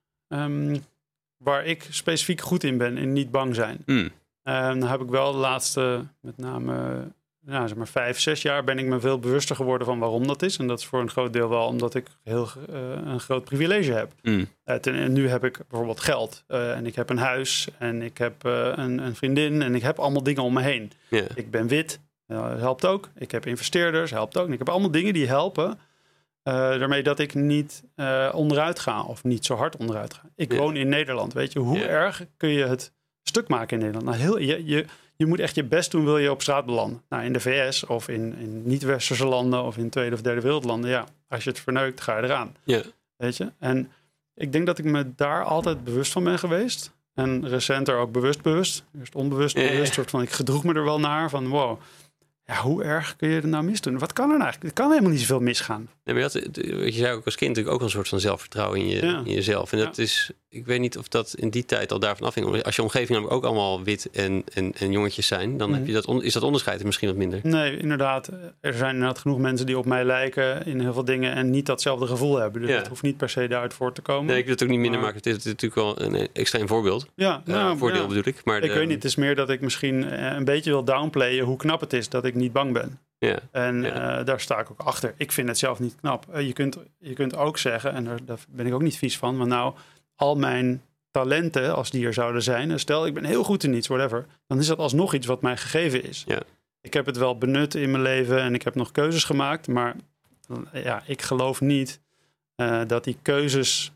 Speaker 2: waar ik specifiek goed in ben, in niet bang zijn. Dan heb ik wel de laatste, met name 5, 6 jaar ben ik me veel bewuster geworden van waarom dat is. En dat is voor een groot deel wel omdat ik een groot privilege heb. En nu heb ik bijvoorbeeld geld. En ik heb een huis. En ik heb een vriendin. En ik heb allemaal dingen om me heen.
Speaker 3: Yeah.
Speaker 2: Ik ben wit. Helpt ook. Ik heb investeerders. Helpt ook. En ik heb allemaal dingen die helpen. Daarmee dat ik niet onderuit ga. Of niet zo hard onderuit ga. Ik woon in Nederland. Weet je, hoe erg kun je het stuk maken in Nederland? Nou, je moet echt je best doen, wil je op straat belanden. Nou, in de VS of in niet-westerse landen of in tweede of derde wereldlanden. Ja, als je het verneukt, ga je eraan.
Speaker 3: Yeah.
Speaker 2: Weet je? En ik denk dat ik me daar altijd bewust van ben geweest. En recenter ook bewust. Eerst onbewust bewust. Soort van, ik gedroeg me er wel naar van wow. Ja, hoe erg kun je er nou mis doen? Wat kan er nou eigenlijk? Er kan helemaal niet zoveel misgaan.
Speaker 3: Nee, maar je zei ook als kind natuurlijk ook een soort van zelfvertrouwen in jezelf. En dat is, ik weet niet of dat in die tijd al daarvan afhing. Als je omgeving namelijk ook allemaal wit en jongetjes zijn, dan heb je is dat onderscheid er misschien wat minder.
Speaker 2: Nee, inderdaad. Er zijn inderdaad genoeg mensen die op mij lijken in heel veel dingen en niet datzelfde gevoel hebben. Dus het hoeft niet per se daaruit voor te komen.
Speaker 3: Nee, ik wil het ook niet minder maken. Het is natuurlijk wel een extreem voorbeeld. Voordeel bedoel ik. Maar
Speaker 2: ik weet niet. Het is meer dat ik misschien een beetje wil downplayen hoe knap het is dat ik niet bang ben.
Speaker 3: Ja.
Speaker 2: En daar sta ik ook achter. Ik vind het zelf niet knap. Je kunt ook zeggen, en daar ben ik ook niet vies van, maar nou, al mijn talenten, als die er zouden zijn, stel ik ben heel goed in iets, whatever, dan is dat alsnog iets wat mij gegeven is.
Speaker 3: Ja.
Speaker 2: Ik heb het wel benut in mijn leven en ik heb nog keuzes gemaakt, maar ik geloof niet dat die keuzes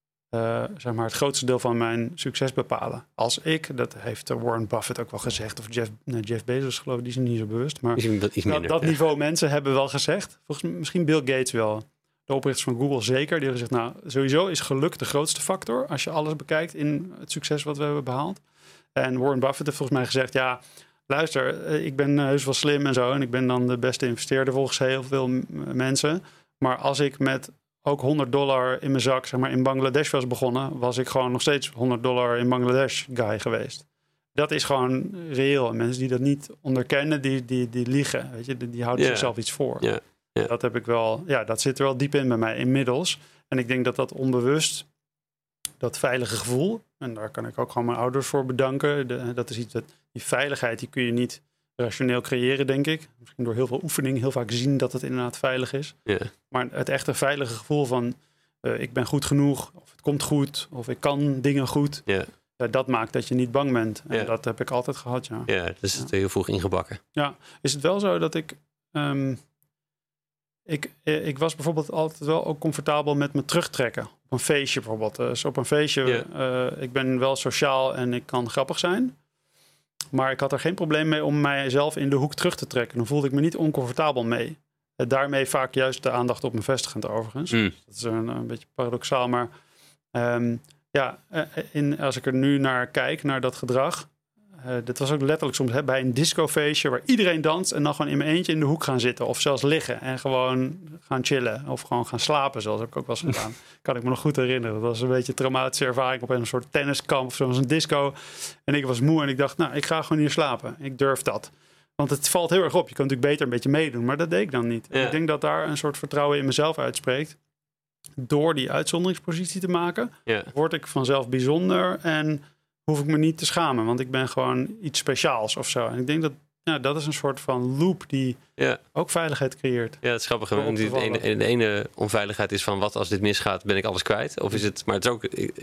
Speaker 2: het grootste deel van mijn succes bepalen. Als ik, dat heeft Warren Buffett ook wel gezegd, of Jeff Bezos geloof ik, die is niet zo bewust, maar dat niveau mensen hebben wel gezegd. Misschien Bill Gates wel. De oprichters van Google zeker. Die hebben gezegd, nou, sowieso is geluk de grootste factor als je alles bekijkt in het succes wat we hebben behaald. En Warren Buffett heeft volgens mij gezegd, ja, luister, ik ben heus wel slim en zo en ik ben dan de beste investeerder volgens heel veel mensen. Maar als ik met ook $100 in mijn zak, in Bangladesh was begonnen, was ik gewoon nog steeds $100 in Bangladesh guy geweest. Dat is gewoon reëel. En mensen die dat niet onderkennen, die liegen. Weet je, die houden zichzelf iets voor.
Speaker 3: Yeah. Ja.
Speaker 2: Dat heb ik wel, dat zit er wel diep in bij mij inmiddels. En ik denk dat onbewust, dat veilige gevoel, en daar kan ik ook gewoon mijn ouders voor bedanken. Dat is iets die veiligheid, die kun je niet rationeel creëren, denk ik. Misschien door heel veel oefening, heel vaak zien dat het inderdaad veilig is.
Speaker 3: Yeah.
Speaker 2: Maar het echte veilige gevoel van ik ben goed genoeg, of het komt goed, of ik kan dingen goed.
Speaker 3: Yeah.
Speaker 2: Dat maakt dat je niet bang bent. En dat heb ik altijd gehad, ja.
Speaker 3: Ja, dus het heel vroeg ingebakken.
Speaker 2: Ja, is het wel zo dat ik was bijvoorbeeld altijd wel ook comfortabel met me terugtrekken. Op een feestje bijvoorbeeld. Dus op een feestje, ik ben wel sociaal en ik kan grappig zijn. Maar ik had er geen probleem mee om mijzelf in de hoek terug te trekken. Dan voelde ik me niet oncomfortabel mee. Daarmee vaak juist de aandacht op me vestigend overigens. Dat is een beetje paradoxaal. Maar als ik er nu naar kijk, naar dat gedrag, dit was ook letterlijk soms bij een discofeestje waar iedereen danst en dan gewoon in mijn eentje in de hoek gaan zitten. Of zelfs liggen en gewoon gaan chillen. Of gewoon gaan slapen, zoals heb ik ook wel eens gedaan. Kan ik me nog goed herinneren. Dat was een beetje een traumatische ervaring op een soort tenniskamp of zoals een disco. En ik was moe en ik dacht, nou, ik ga gewoon hier slapen. Ik durf dat. Want het valt heel erg op. Je kan natuurlijk beter een beetje meedoen, maar dat deed ik dan niet. Ja. Ik denk dat daar een soort vertrouwen in mezelf uitspreekt. Door die uitzonderingspositie te maken, word ik vanzelf bijzonder en hoef ik me niet te schamen. Want ik ben gewoon iets speciaals of zo. En ik denk dat is een soort van loop die ook veiligheid creëert. Ja,
Speaker 3: het is grappig. De ene onveiligheid is van wat als dit misgaat, ben ik alles kwijt? Of is het, maar het is ook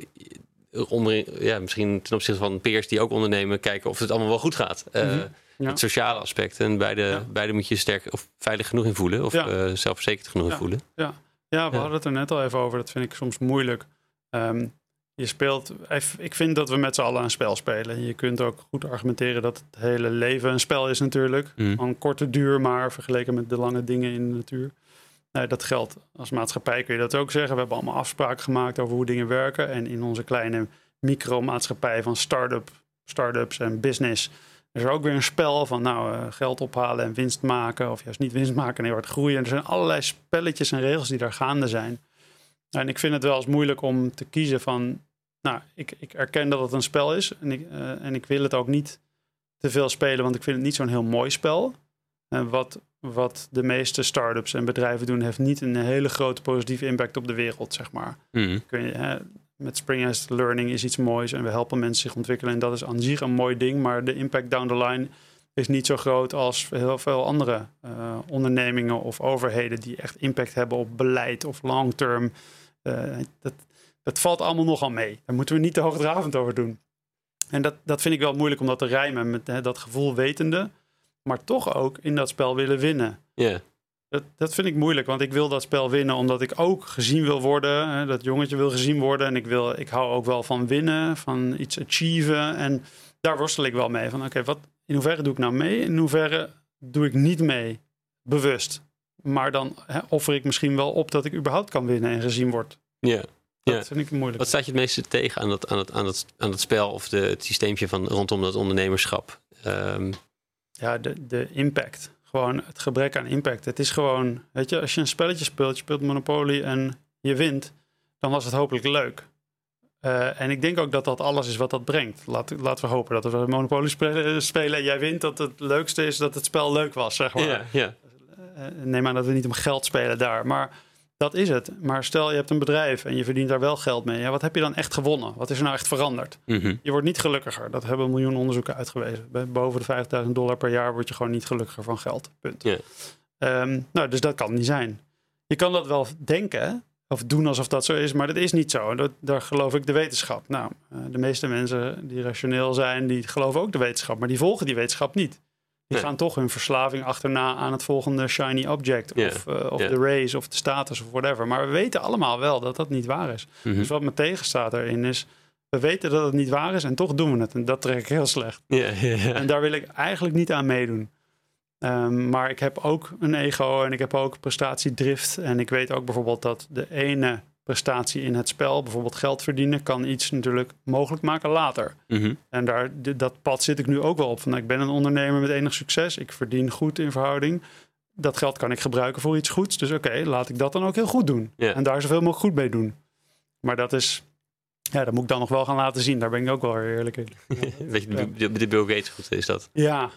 Speaker 3: misschien ten opzichte van peers die ook ondernemen, kijken of het allemaal wel goed gaat. Het sociale aspect. En beide moet je sterk of veilig genoeg in voelen. Of zelfverzekerd genoeg in voelen.
Speaker 2: Ja, we hadden het er net al even over. Dat vind ik soms moeilijk. Je speelt... Ik vind dat we met z'n allen een spel spelen. Je kunt ook goed argumenteren dat het hele leven een spel is natuurlijk. Van korte duur, maar vergeleken met de lange dingen in de natuur. Dat geldt als maatschappij, kun je dat ook zeggen. We hebben allemaal afspraken gemaakt over hoe dingen werken. En in onze kleine micromaatschappij van start-ups en business... Er is ook weer een spel van geld ophalen en winst maken. Of juist niet winst maken en heel hard groeien. Er zijn allerlei spelletjes en regels die daar gaande zijn. En ik vind het wel eens moeilijk om te kiezen van... Ik erken dat het een spel is. En ik wil het ook niet te veel spelen. Want ik vind het niet zo'n heel mooi spel. Wat de meeste start-ups en bedrijven doen... heeft niet een hele grote positieve impact op de wereld, zeg maar. Met Spring-Based Learning is iets moois en we helpen mensen zich ontwikkelen. En dat is aan zich een mooi ding, maar de impact down the line is niet zo groot als heel veel andere ondernemingen of overheden die echt impact hebben op beleid of long-term. Dat valt allemaal nogal mee. Daar moeten we niet te hoogdravend over doen. En dat vind ik wel moeilijk om dat te rijmen met dat gevoel wetende, maar toch ook in dat spel willen winnen.
Speaker 3: Yeah.
Speaker 2: Dat vind ik moeilijk, want ik wil dat spel winnen omdat ik ook gezien wil worden. Dat jongetje wil gezien worden en ik hou ook wel van winnen, van iets achieven. En daar worstel ik wel mee. Van in hoeverre doe ik nou mee? In hoeverre doe ik niet mee? Bewust. Maar dan offer ik misschien wel op dat ik überhaupt kan winnen en gezien word.
Speaker 3: Ja.
Speaker 2: Dat vind ik moeilijk.
Speaker 3: Wat staat je het meeste tegen aan dat spel of het systeempje van rondom dat ondernemerschap?
Speaker 2: De impact. Gewoon het gebrek aan impact. Het is gewoon, weet je, als je een spelletje speelt, je speelt Monopoly en je wint, dan was het hopelijk leuk. En ik denk ook dat dat alles is wat dat brengt. Laten we hopen dat we Monopoly spelen en jij wint, dat het leukste is dat het spel leuk was, zeg maar.
Speaker 3: Ja.
Speaker 2: Neem aan dat we niet om geld spelen daar, maar dat is het. Maar stel je hebt een bedrijf en je verdient daar wel geld mee. Ja, wat heb je dan echt gewonnen? Wat is er nou echt veranderd? Je wordt niet gelukkiger. Dat hebben 1 miljoen onderzoeken uitgewezen. Boven de $5.000 per jaar word je gewoon niet gelukkiger van geld. Punt.
Speaker 3: Yeah.
Speaker 2: Dus dat kan niet zijn. Je kan dat wel denken of doen alsof dat zo is, maar dat is niet zo. Daar geloof ik de wetenschap. De meeste mensen die rationeel zijn, die geloven ook de wetenschap. Maar die volgen die wetenschap niet. Die gaan toch hun verslaving achterna aan het volgende shiny object. Of de race of de status of whatever. Maar we weten allemaal wel dat dat niet waar is. Dus wat me tegenstaat erin is, we weten dat het niet waar is en toch doen we het. En dat trek ik heel slecht. En daar wil ik eigenlijk niet aan meedoen. Maar ik heb ook een ego en ik heb ook prestatiedrift. En ik weet ook bijvoorbeeld dat de ene prestatie in het spel, bijvoorbeeld geld verdienen, kan iets natuurlijk mogelijk maken later. En dat pad zit ik nu ook wel op. Ik ben een ondernemer met enig succes. Ik verdien goed in verhouding. Dat geld kan ik gebruiken voor iets goeds. Dus laat ik dat dan ook heel goed doen. En daar zoveel mogelijk goed mee doen. Maar dat is... dat moet ik dan nog wel gaan laten zien. Daar ben ik ook wel weer eerlijk in.
Speaker 3: Weet je, de Bill Gates goed is dat?
Speaker 2: Ja.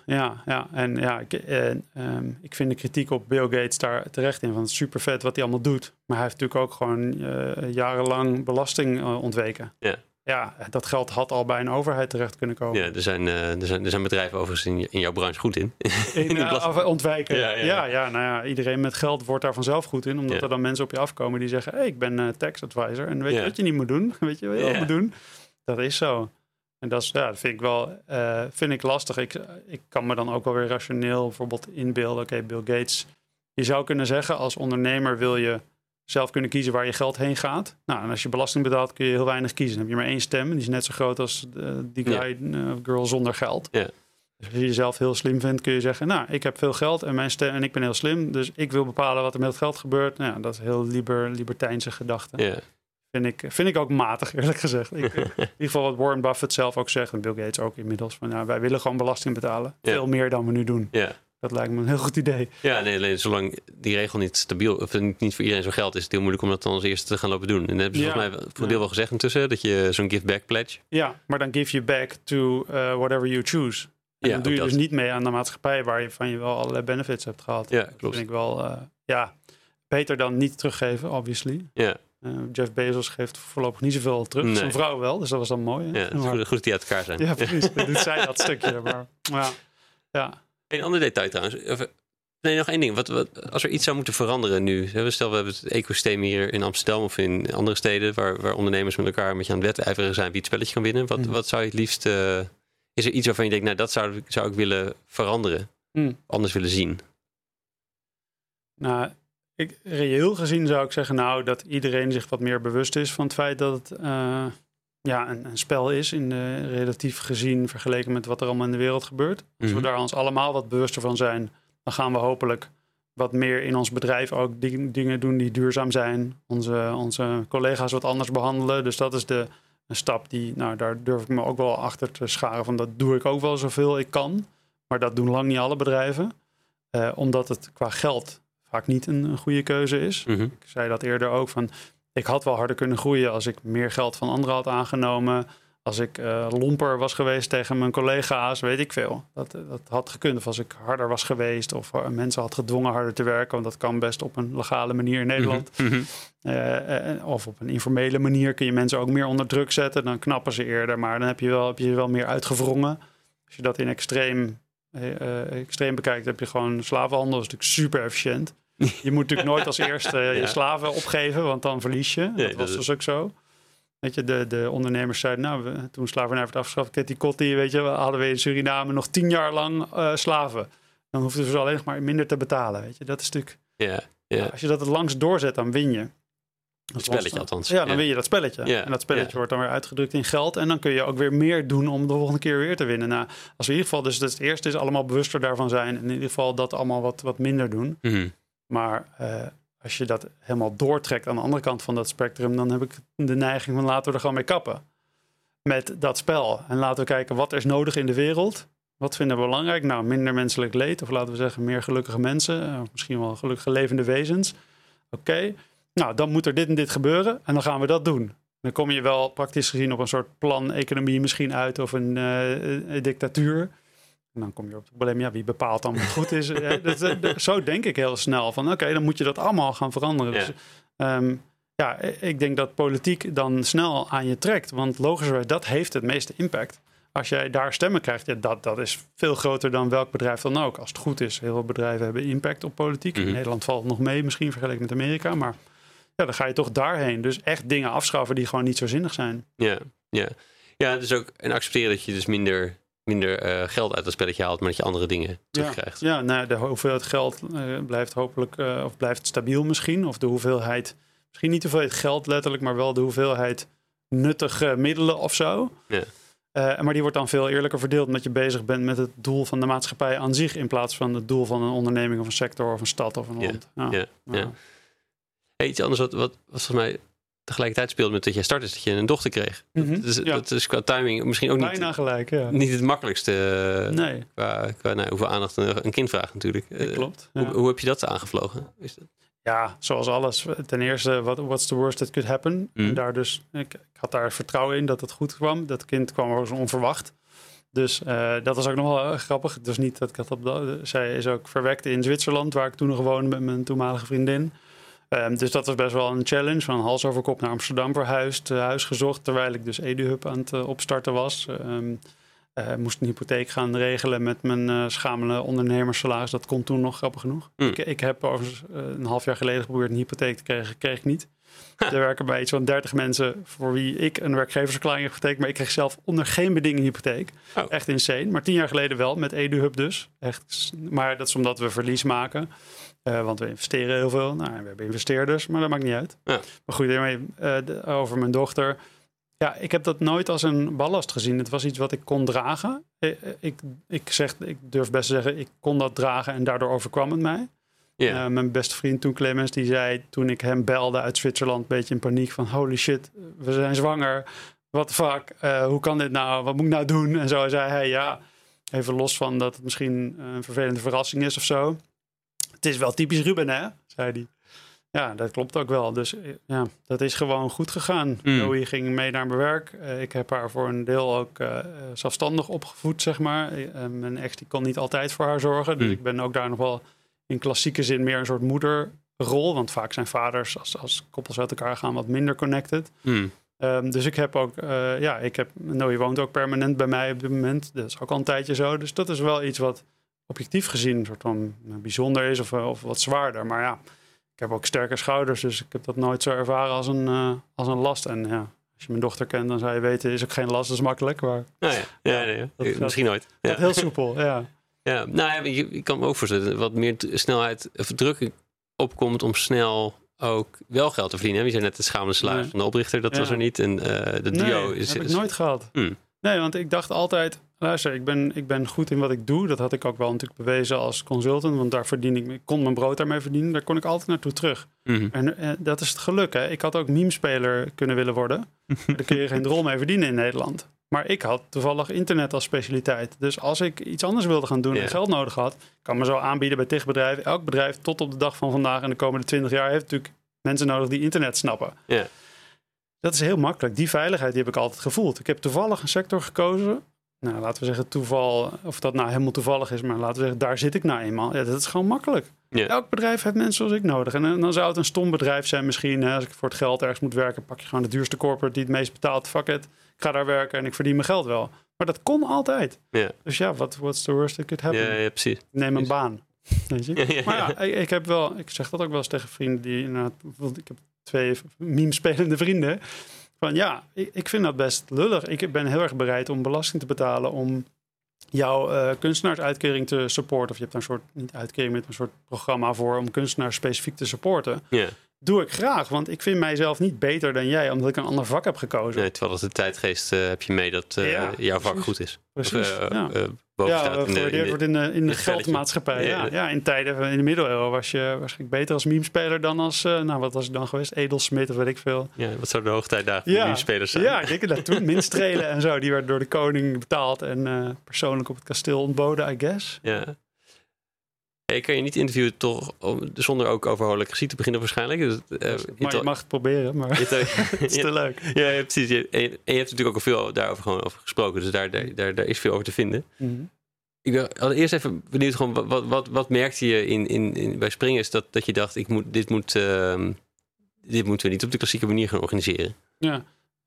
Speaker 2: En ik vind de kritiek op Bill Gates daar terecht in. Want het is super vet wat hij allemaal doet. Maar hij heeft natuurlijk ook gewoon jarenlang belasting ontweken. Ja, dat geld had al bij een overheid terecht kunnen komen.
Speaker 3: Ja, er zijn bedrijven overigens in jouw branche goed in.
Speaker 2: Ontwijken. Ja, iedereen met geld wordt daar vanzelf goed in. Omdat er dan mensen op je afkomen die zeggen, ik ben tax advisor. En weet je wat je niet moet doen? Weet je wat je moet doen? Dat is zo. En dat vind ik lastig. Ik kan me dan ook wel weer rationeel bijvoorbeeld inbeelden. Bill Gates. Je zou kunnen zeggen, als ondernemer wil je zelf kunnen kiezen waar je geld heen gaat. En als je belasting betaalt, kun je heel weinig kiezen. Dan heb je maar 1 stem. Die is net zo groot als die guy of girl zonder geld. Dus als je jezelf heel slim vindt, kun je zeggen, ik heb veel geld en mijn stem en ik ben heel slim. Dus ik wil bepalen wat er met het geld gebeurt. Dat is een heel libertijnse gedachte. vind ik ook matig, eerlijk gezegd. In ieder geval wat Warren Buffett zelf ook zegt, en Bill Gates ook inmiddels, van wij willen gewoon belasting betalen. Ja. Veel meer dan we nu doen. Ja. Dat lijkt me een heel goed idee.
Speaker 3: Ja, nee, alleen zolang die regel niet stabiel, of niet voor iedereen zo geldt, is het heel moeilijk om dat dan als eerste te gaan lopen doen. En dan hebben ze volgens mij voor deel wel gezegd intussen, dat je zo'n give back pledge.
Speaker 2: Ja, maar dan give you back to whatever you choose. En dan doe je dus niet mee aan de maatschappij waarvan je wel allerlei benefits hebt gehad. Ja, klopt. Dat vind ik wel, beter dan niet teruggeven, obviously. Ja. Jeff Bezos geeft voorlopig niet zoveel terug. Nee. Zijn vrouw wel, dus dat was dan mooi. Hè?
Speaker 3: Ja, het is goed dat die uit elkaar zijn.
Speaker 2: Ja, precies. Dan doet zij dat stukje. Maar, ja.
Speaker 3: Een ander detail trouwens. Nee, nog één ding. Wat, als er iets zou moeten veranderen nu. Stel, we hebben het ecosysteem hier in Amsterdam of in andere steden waar ondernemers met elkaar een beetje aan het wedijveren zijn wie het spelletje kan winnen. Wat zou je het liefst... is er iets waarvan je denkt, nou dat zou ik willen veranderen? Anders willen zien?
Speaker 2: Nou, reëel gezien zou ik zeggen dat iedereen zich wat meer bewust is van het feit dat het een spel is. Relatief gezien vergeleken met wat er allemaal in de wereld gebeurt. Als we daar ons allemaal wat bewuster van zijn, dan gaan we hopelijk wat meer in ons bedrijf ook dingen doen die duurzaam zijn. Onze collega's wat anders behandelen. Dus dat is een stap die, daar durf ik me ook wel achter te scharen. Van dat doe ik ook wel zoveel ik kan. Maar dat doen lang niet alle bedrijven. Omdat het qua geld vaak niet een goede keuze is. Ik zei dat eerder ook. Ik had wel harder kunnen groeien als ik meer geld van anderen had aangenomen. Als ik lomper was geweest tegen mijn collega's, weet ik veel. Dat had gekund. Of als ik harder was geweest of mensen had gedwongen harder te werken. Want dat kan best op een legale manier in Nederland. Of op een informele manier kun je mensen ook meer onder druk zetten. Dan knappen ze eerder, maar dan heb je wel meer uitgewrongen. Als je dat in extreem bekijkt, heb je gewoon slavenhandel. Dat is natuurlijk super efficiënt. Je moet natuurlijk nooit als eerste je slaven opgeven, want dan verlies je. Dat was dus ook zo. Weet je, de ondernemers zeiden, toen slavernij werd afgeschaft, Ketty Kotti, weet je, hadden we in Suriname nog 10 jaar lang slaven. Dan hoefden ze alleen nog maar minder te betalen, weet je. Dat is natuurlijk... als je dat het langst doorzet, dan win je.
Speaker 3: Het spelletje althans.
Speaker 2: Ja, dan win je dat spelletje. Ja. En dat spelletje wordt dan weer uitgedrukt in geld. En dan kun je ook weer meer doen om de volgende keer weer te winnen. Nou, als we in ieder geval, dus het eerste is allemaal bewuster daarvan zijn. En in ieder geval dat allemaal wat minder doen. Maar als je dat helemaal doortrekt aan de andere kant van dat spectrum, dan heb ik de neiging van laten we er gewoon mee kappen. Met dat spel. En laten we kijken wat er is nodig in de wereld. Wat vinden we belangrijk? Nou, minder menselijk leed. Of laten we zeggen meer gelukkige mensen. Of misschien wel gelukkige levende wezens. Oké. Nou, dan moet er dit en dit gebeuren. En dan gaan we dat doen. Dan kom je wel praktisch gezien op een soort plan-economie misschien uit. Of een dictatuur. En dan kom je op het probleem, wie bepaalt dan wat goed is. Zo denk ik heel snel. Van oké, dan moet je dat allemaal gaan veranderen. Ja. Dus, ik denk dat politiek dan snel aan je trekt. Want logischerwijs, dat heeft het meeste impact. Als jij daar stemmen krijgt, dat is veel groter dan welk bedrijf dan ook. Als het goed is, heel veel bedrijven hebben impact op politiek. In Nederland valt het nog mee, misschien vergeleken met Amerika. Maar dan ga je toch daarheen. Dus echt dingen afschaffen die gewoon niet zo zinnig zijn.
Speaker 3: Ja, dus ook en accepteren dat je dus minder geld uit dat spelletje haalt, maar dat je andere dingen terugkrijgt.
Speaker 2: Ja, de hoeveelheid geld blijft hopelijk, of blijft stabiel misschien. Of de hoeveelheid, misschien niet de hoeveelheid geld letterlijk, maar wel de hoeveelheid nuttige middelen of zo. Ja. Maar die wordt dan veel eerlijker verdeeld, omdat je bezig bent met het doel van de maatschappij aan zich, in plaats van het doel van een onderneming of een sector of een stad of een land. Ja.
Speaker 3: Hey, iets anders wat volgens mij tegelijkertijd speelde met dat jij startte, is dat je een dochter kreeg. Dat is qua timing misschien ook
Speaker 2: bijna gelijk,
Speaker 3: niet het makkelijkste. Nee. Qua hoeveel aandacht een kind vraagt natuurlijk.
Speaker 2: Klopt.
Speaker 3: Hoe heb je dat aangevlogen? Is dat...
Speaker 2: Ja, zoals alles. Ten eerste, what's the worst that could happen? En daar dus, ik had daar vertrouwen in dat het goed kwam. Dat kind kwam ook onverwacht. Dus dat was ook nog wel grappig. Het was niet dat ik zij is ook verwekt in Zwitserland, waar ik toen nog woonde met mijn toenmalige vriendin. Dus dat was best wel een challenge. Van hals over kop naar Amsterdam verhuisd, huis gezocht, terwijl ik dus EduHub aan het opstarten was. Moest een hypotheek gaan regelen met mijn schamele ondernemerssalaris. Dat kon toen nog, grappig genoeg. Ik heb overigens een half jaar geleden geprobeerd een hypotheek te krijgen. Kreeg ik niet. Er werken bij iets van 30 mensen voor wie ik een werkgeversverklaring heb getekend. Maar ik kreeg zelf onder geen beding een hypotheek. Echt insane. Maar 10 jaar geleden wel, met EduHub dus. Echt. Maar dat is omdat we verlies maken. Want we investeren heel veel. Nou, we hebben investeerders, maar dat maakt niet uit. Ja. Maar goed, over mijn dochter. Ja, ik heb dat nooit als een ballast gezien. Het was iets wat ik kon dragen. Ik durf best te zeggen, ik kon dat dragen en daardoor overkwam het mij.
Speaker 3: Yeah.
Speaker 2: Mijn beste vriend toen, Clemens, die zei toen ik hem belde uit Zwitserland, een beetje in paniek van holy shit, we zijn zwanger. What the fuck? Hoe kan dit nou? Wat moet ik nou doen? En zo zei hij, ja, even los van dat het misschien een vervelende verrassing is of zo. Het is wel typisch Ruben, hè? Zei hij. Ja, dat klopt ook wel. Dus ja, dat is gewoon goed gegaan. Joey ging mee naar mijn werk. Ik heb haar voor een deel ook zelfstandig opgevoed, zeg maar. Mijn ex die kon niet altijd voor haar zorgen. Dus ik ben ook daar nog wel in klassieke zin meer een soort moederrol. Want vaak zijn vaders, als koppels uit elkaar gaan, wat minder connected. Dus ik heb ook, Noe woont ook permanent bij mij op dit moment. Dat is ook al een tijdje zo. Dus dat is wel iets wat objectief gezien een soort van bijzonder is of wat zwaarder. Maar ja, ik heb ook sterke schouders, dus ik heb dat nooit zo ervaren als een last. En ja, als je mijn dochter kent, dan zou je weten, is ook geen last, dat is makkelijk. Maar
Speaker 3: misschien nooit.
Speaker 2: Dat heel soepel, ja.
Speaker 3: Ja, nou ja, je kan me ook voorstellen wat meer snelheid of druk opkomt om snel ook wel geld te verdienen. Je zei net de schamele salaris van de oprichter, dat was er niet. En de duo
Speaker 2: heb ik nooit gehad. Nee, want ik dacht altijd, luister, ik ben goed in wat ik doe. Dat had ik ook wel natuurlijk bewezen als consultant. Want daar ik kon mijn brood daarmee verdienen. Daar kon ik altijd naartoe terug. En dat is het geluk, hè. Ik had ook memespeler kunnen willen worden. Daar kun je geen rol mee verdienen in Nederland. Maar ik had toevallig internet als specialiteit. Dus als ik iets anders wilde gaan doen en geld nodig had, kan me zo aanbieden bij tig bedrijven. Elk bedrijf tot op de dag van vandaag en de komende 20 jaar heeft natuurlijk mensen nodig die internet snappen.
Speaker 3: Ja.
Speaker 2: Dat is heel makkelijk. Die veiligheid die heb ik altijd gevoeld. Ik heb toevallig een sector gekozen. Nou, laten we zeggen toeval, of dat nou helemaal toevallig is, maar laten we zeggen, daar zit ik nou eenmaal. Ja, dat is gewoon makkelijk.
Speaker 3: Ja.
Speaker 2: Elk bedrijf heeft mensen zoals ik nodig. En dan zou het een stom bedrijf zijn misschien. Als ik voor het geld ergens moet werken, pak je gewoon de duurste corporate die het meest betaalt. Fuck it. Ik ga daar werken en ik verdien mijn geld wel. Maar dat kon altijd.
Speaker 3: Ja.
Speaker 2: Dus ja, what's the worst that could happen?
Speaker 3: Ja, precies.
Speaker 2: Ik neem een baan. Weet je? Maar ja, ik heb wel, ik zeg dat ook wel eens tegen vrienden die inderdaad, ik heb 2 meme-spelende vrienden. Van ja, ik vind dat best lullig. Ik ben heel erg bereid om belasting te betalen om jouw kunstenaarsuitkering te supporten. Of je hebt daar een soort, niet uitkering, met een soort programma voor om kunstenaars specifiek te supporten.
Speaker 3: Ja.
Speaker 2: Doe ik graag, want ik vind mijzelf niet beter dan jij, omdat ik een ander vak heb gekozen.
Speaker 3: Nee, terwijl de tijdgeest heb je mee dat jouw vak goed is.
Speaker 2: Precies,
Speaker 3: gewaardeerd
Speaker 2: wordt in de geldmaatschappij. Ja, in tijden in de middeleeuwen was je waarschijnlijk beter als memespeler dan als, wat was ik dan geweest? Edelsmid of weet ik veel.
Speaker 3: Ja, wat zou de hoogtijdagen van memespelers zijn?
Speaker 2: Ja, ik denk dat toen minstrelen en zo, die werd door de koning betaald en persoonlijk op het kasteel ontboden, I guess.
Speaker 3: Ja. Ik kan je niet interviewen toch zonder ook over holacratie te beginnen waarschijnlijk. Dus,
Speaker 2: maar je mag het proberen, maar het is te leuk.
Speaker 3: Ja, precies. En je hebt natuurlijk ook al veel daarover gewoon over gesproken. Dus daar is veel over te vinden. Ik ben allereerst even benieuwd, gewoon, wat merkte je bij Springers dat je dacht, dit moeten we niet op de klassieke manier gaan organiseren?
Speaker 2: Ja,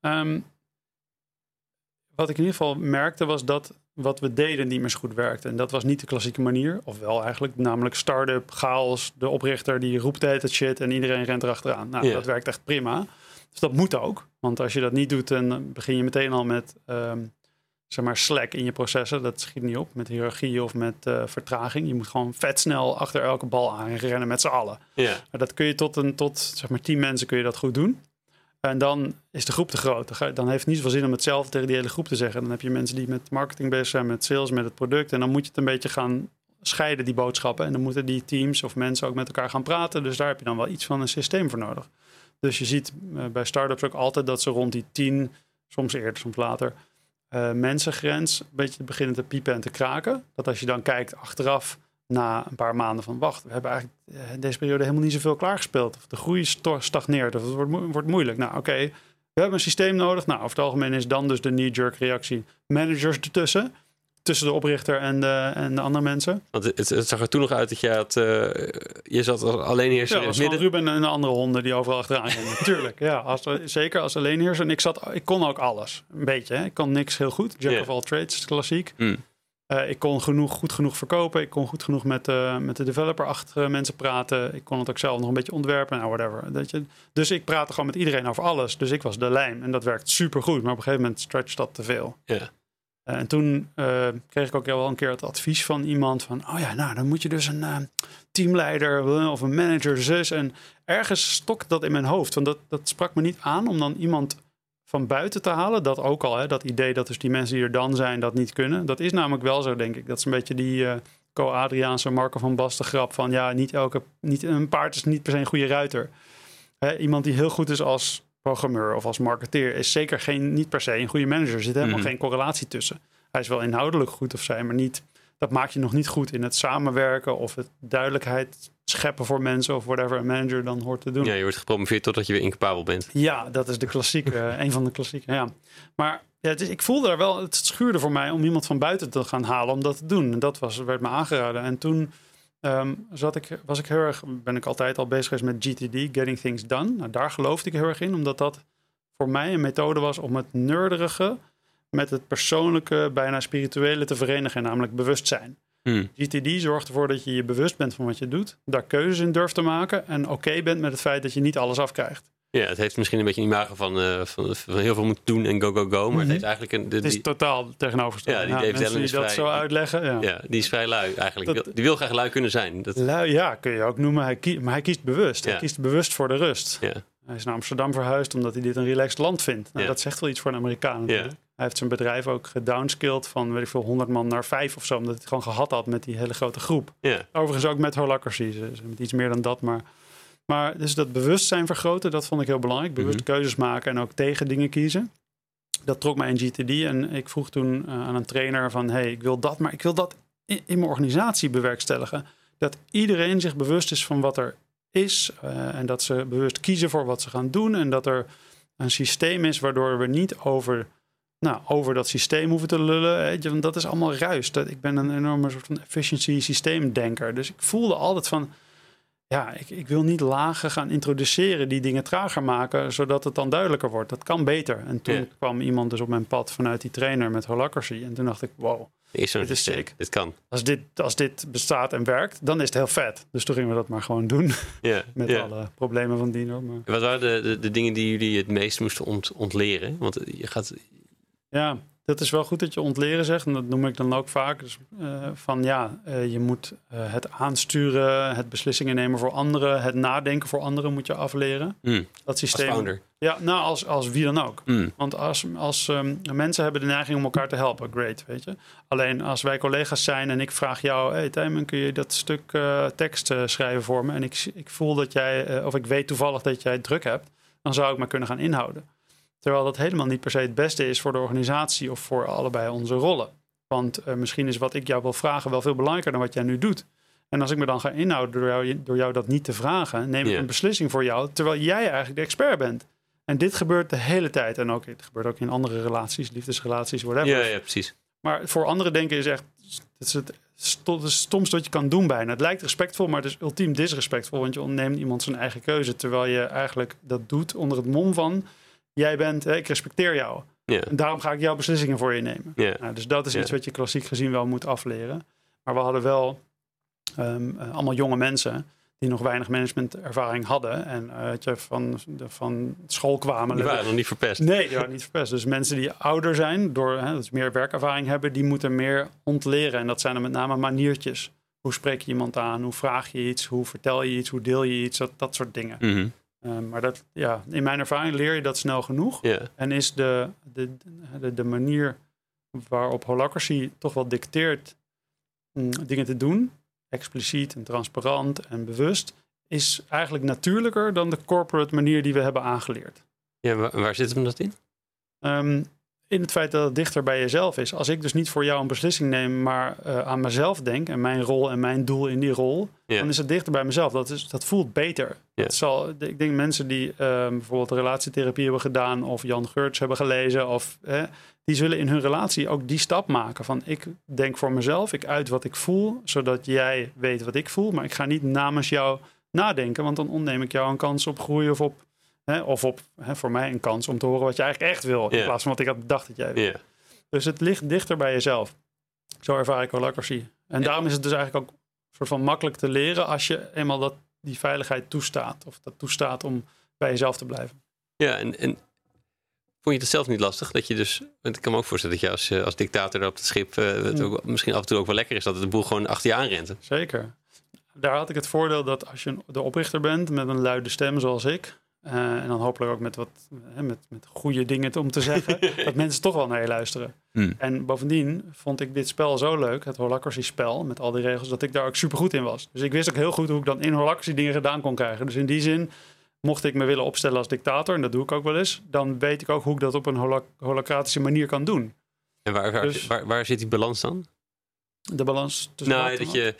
Speaker 2: wat ik in ieder geval merkte was dat wat we deden niet meer zo goed werkte. En dat was niet de klassieke manier. Of wel eigenlijk, namelijk start-up, chaos, de oprichter die roept het shit en iedereen rent erachteraan. Nou, dat werkt echt prima. Dus dat moet ook. Want als je dat niet doet, dan begin je meteen al met slack in je processen. Dat schiet niet op met hiërarchie of met vertraging. Je moet gewoon vet snel achter elke bal aan rennen met z'n allen.
Speaker 3: Ja.
Speaker 2: Maar dat kun je tot 10 mensen kun je dat goed doen. En dan is de groep te groot. Dan heeft het niet zoveel zin om hetzelfde tegen die hele groep te zeggen. Dan heb je mensen die met marketing bezig zijn, met sales, met het product. En dan moet je het een beetje gaan scheiden, die boodschappen. En dan moeten die teams of mensen ook met elkaar gaan praten. Dus daar heb je dan wel iets van een systeem voor nodig. Dus je ziet bij start-ups ook altijd dat ze rond die 10, soms eerder, soms later, mensengrens een beetje beginnen te piepen en te kraken. Dat als je dan kijkt achteraf na een paar maanden van wacht, we hebben eigenlijk deze periode helemaal niet zoveel klaargespeeld. Of de groei stagneert of het wordt moeilijk. Nou oké, we hebben een systeem nodig. Nou, over het algemeen is dan dus de knee-jerk reactie managers ertussen. Tussen de oprichter en de andere mensen.
Speaker 3: Want het zag er toen nog uit dat je zat als alleenheerser in het midden.
Speaker 2: Ruben en de andere honden die overal achteraan gingen. Natuurlijk, ja. Zeker als alleenheerser. En ik kon ook alles. Een beetje, hè. Ik kon niks heel goed. Jack of all trades, klassiek. Ik kon goed genoeg verkopen. Ik kon goed genoeg met de developer achter mensen praten. Ik kon het ook zelf nog een beetje ontwerpen. Nou, whatever. Weet je? Dus ik praatte gewoon met iedereen over alles. Dus ik was de lijm. En dat werkt supergoed. Maar op een gegeven moment stretcht dat te veel.
Speaker 3: Ja.
Speaker 2: En toen kreeg ik ook wel een keer het advies van iemand van, dan moet je dus een teamleider of een manager zus. En ergens stokte dat in mijn hoofd. Want dat sprak me niet aan om dan iemand van buiten te halen. Dat ook al, hè, dat idee dat dus die mensen die er dan zijn dat niet kunnen. Dat is namelijk wel zo, denk ik. Dat is een beetje die Co-Adriaanse Marco van Basten grap van een paard is niet per se een goede ruiter. Iemand die heel goed is als programmeur of als marketeer is zeker niet per se een goede manager. Er zit helemaal geen correlatie tussen. Hij is wel inhoudelijk goed of zij, maar niet. Dat maakt je nog niet goed in het samenwerken of het duidelijkheid scheppen voor mensen of whatever een manager dan hoort te doen.
Speaker 3: Ja, je wordt gepromoveerd totdat je weer incapabel bent.
Speaker 2: Ja, dat is de klassieke, een van de klassieke. Ja. Maar ik voelde daar wel, het schuurde voor mij om iemand van buiten te gaan halen om dat te doen. En dat werd me aangeraden. En toen ben ik altijd al bezig geweest met GTD, Getting Things Done. Nou, daar geloofde ik heel erg in, omdat dat voor mij een methode was om het nerdige met het persoonlijke, bijna spirituele te verenigen, namelijk bewustzijn. GTD zorgt ervoor dat je je bewust bent van wat je doet, daar keuzes in durft te maken en oké bent met het feit dat je niet alles afkrijgt.
Speaker 3: Ja, het heeft misschien een beetje een imago van heel veel moeten doen en go. Maar het heeft eigenlijk
Speaker 2: het is totaal tegenovergesteld.
Speaker 3: Ja, die
Speaker 2: mensen die dat zo uitleggen.
Speaker 3: Ja, die is vrij lui eigenlijk. Die wil graag lui kunnen zijn.
Speaker 2: Lui, ja, kun je ook noemen. Maar hij kiest bewust. Ja. Hij kiest bewust voor de rust. Ja. Hij is naar Amsterdam verhuisd omdat hij dit een relaxed land vindt. Nou, dat zegt wel iets voor een Amerikaan natuurlijk. Ja. Hij heeft zijn bedrijf ook gedownscaled van 100 man naar 5 of zo. Omdat hij het gewoon gehad had met die hele grote groep. Ja. Overigens ook met Holacracy. Met iets meer dan dat, maar dus dat bewustzijn vergroten, dat vond ik heel belangrijk. Bewust keuzes maken en ook tegen dingen kiezen. Dat trok mij in GTD. En ik vroeg toen aan een trainer van, ik wil dat, maar ik wil dat in mijn organisatie bewerkstelligen. Dat iedereen zich bewust is van wat er is. En dat ze bewust kiezen voor wat ze gaan doen. En dat er een systeem is waardoor we niet over dat systeem hoeven te lullen. Want dat is allemaal ruis. Ik ben een enorme soort van efficiency systeemdenker. Dus ik voelde altijd van, ik wil niet lagen gaan introduceren die dingen trager maken, zodat het dan duidelijker wordt. Dat kan beter. En toen kwam iemand dus op mijn pad vanuit die trainer met Holacracy. En toen dacht ik, wow, dit is sick.
Speaker 3: Dit kan.
Speaker 2: Als dit bestaat en werkt, dan is het heel vet. Dus toen gingen we dat maar gewoon doen. Met alle problemen van dien. Maar.
Speaker 3: Wat waren de dingen die jullie het meest moesten ontleren? Want je gaat...
Speaker 2: Ja, dat is wel goed dat je ontleren zegt. En dat noem ik dan ook vaak. Dus, je moet het aansturen, het beslissingen nemen voor anderen, het nadenken voor anderen moet je afleren. Dat systeem.
Speaker 3: Als founder.
Speaker 2: Ja, als wie dan ook. Want als mensen hebben de neiging om elkaar te helpen, great, weet je. Alleen als wij collega's zijn en ik vraag jou, hey Tijmen, kun je dat stuk tekst schrijven voor me? En ik voel dat jij, of ik weet toevallig dat jij het druk hebt, dan zou ik me kunnen gaan inhouden. Terwijl dat helemaal niet per se het beste is voor de organisatie of voor allebei onze rollen. Want misschien is wat ik jou wil vragen wel veel belangrijker dan wat jij nu doet. En als ik me dan ga inhouden door jou dat niet te vragen, neem ik een beslissing voor jou, terwijl jij eigenlijk de expert bent. En dit gebeurt de hele tijd. En ook, het gebeurt ook in andere relaties, liefdesrelaties, whatever.
Speaker 3: Ja, precies.
Speaker 2: Maar voor anderen denken is echt, het is het stomste wat je kan doen bijna. Het lijkt respectvol, maar het is ultiem disrespectvol. Want je ontneemt iemand zijn eigen keuze, terwijl je eigenlijk dat doet onder het mom van, jij bent, ik respecteer jou. Yeah. En daarom ga ik jouw beslissingen voor je nemen. Yeah. Nou, dus dat is iets wat je klassiek gezien wel moet afleren. Maar we hadden wel allemaal jonge mensen die nog weinig managementervaring hadden. En van school kwamen.
Speaker 3: Die waren nog niet verpest.
Speaker 2: Nee, die waren niet verpest. Dus mensen die ouder zijn, dus meer werkervaring hebben, die moeten meer ontleren. En dat zijn dan met name maniertjes. Hoe spreek je iemand aan? Hoe vraag je iets? Hoe vertel je iets? Hoe deel je iets? Dat soort dingen. Mm-hmm. Maar in mijn ervaring leer je dat snel genoeg. Yeah. En is de manier waarop Holacracy toch wel dicteert dingen te doen, expliciet en transparant en bewust, is eigenlijk natuurlijker dan de corporate manier die we hebben aangeleerd.
Speaker 3: Ja, waar zit hem dat in?
Speaker 2: In het feit dat het dichter bij jezelf is. Als ik dus niet voor jou een beslissing neem, maar aan mezelf denk en mijn rol en mijn doel in die rol, dan is het dichter bij mezelf. Dat voelt beter. Ik denk mensen die bijvoorbeeld relatietherapie hebben gedaan of Jan Geurts hebben gelezen, die zullen in hun relatie ook die stap maken van ik denk voor mezelf, ik uit wat ik voel, zodat jij weet wat ik voel, maar ik ga niet namens jou nadenken, want dan ontneem ik jou een kans op groei of op voor mij een kans om te horen wat je eigenlijk echt wil. In plaats van wat ik had bedacht dat jij wil. Yeah. Dus het ligt dichter bij jezelf. Zo ervaar ik Holacracy. En daarom is het dus eigenlijk ook soort van makkelijk te leren als je eenmaal die veiligheid toestaat. Of dat toestaat om bij jezelf te blijven.
Speaker 3: Ja, en vond je het zelf niet lastig? Dat je dus, want ik kan me ook voorstellen dat je als dictator op het schip het ook, misschien af en toe ook wel lekker is dat het de boel gewoon achter je aanrent.
Speaker 2: Zeker. Daar had ik het voordeel dat als je de oprichter bent met een luide stem zoals ik, En dan hopelijk ook met met goede dingen om te zeggen. Dat mensen toch wel naar je luisteren. En bovendien vond ik dit spel zo leuk. Het Holacracy spel. Met al die regels. Dat ik daar ook super goed in was. Dus ik wist ook heel goed hoe ik dan in Holacracy dingen gedaan kon krijgen. Dus in die zin, mocht ik me willen opstellen als dictator. En dat doe ik ook wel eens. Dan weet ik ook hoe ik dat op een holacratische manier kan doen.
Speaker 3: En waar zit die balans dan?
Speaker 2: De balans tussen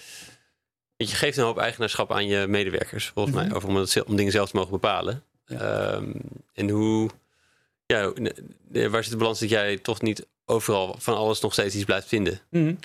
Speaker 3: je geeft een hoop eigenaarschap aan je medewerkers, volgens mij, om dingen zelf te mogen bepalen. Ja. En waar zit de balans dat jij toch niet overal van alles nog steeds iets blijft vinden?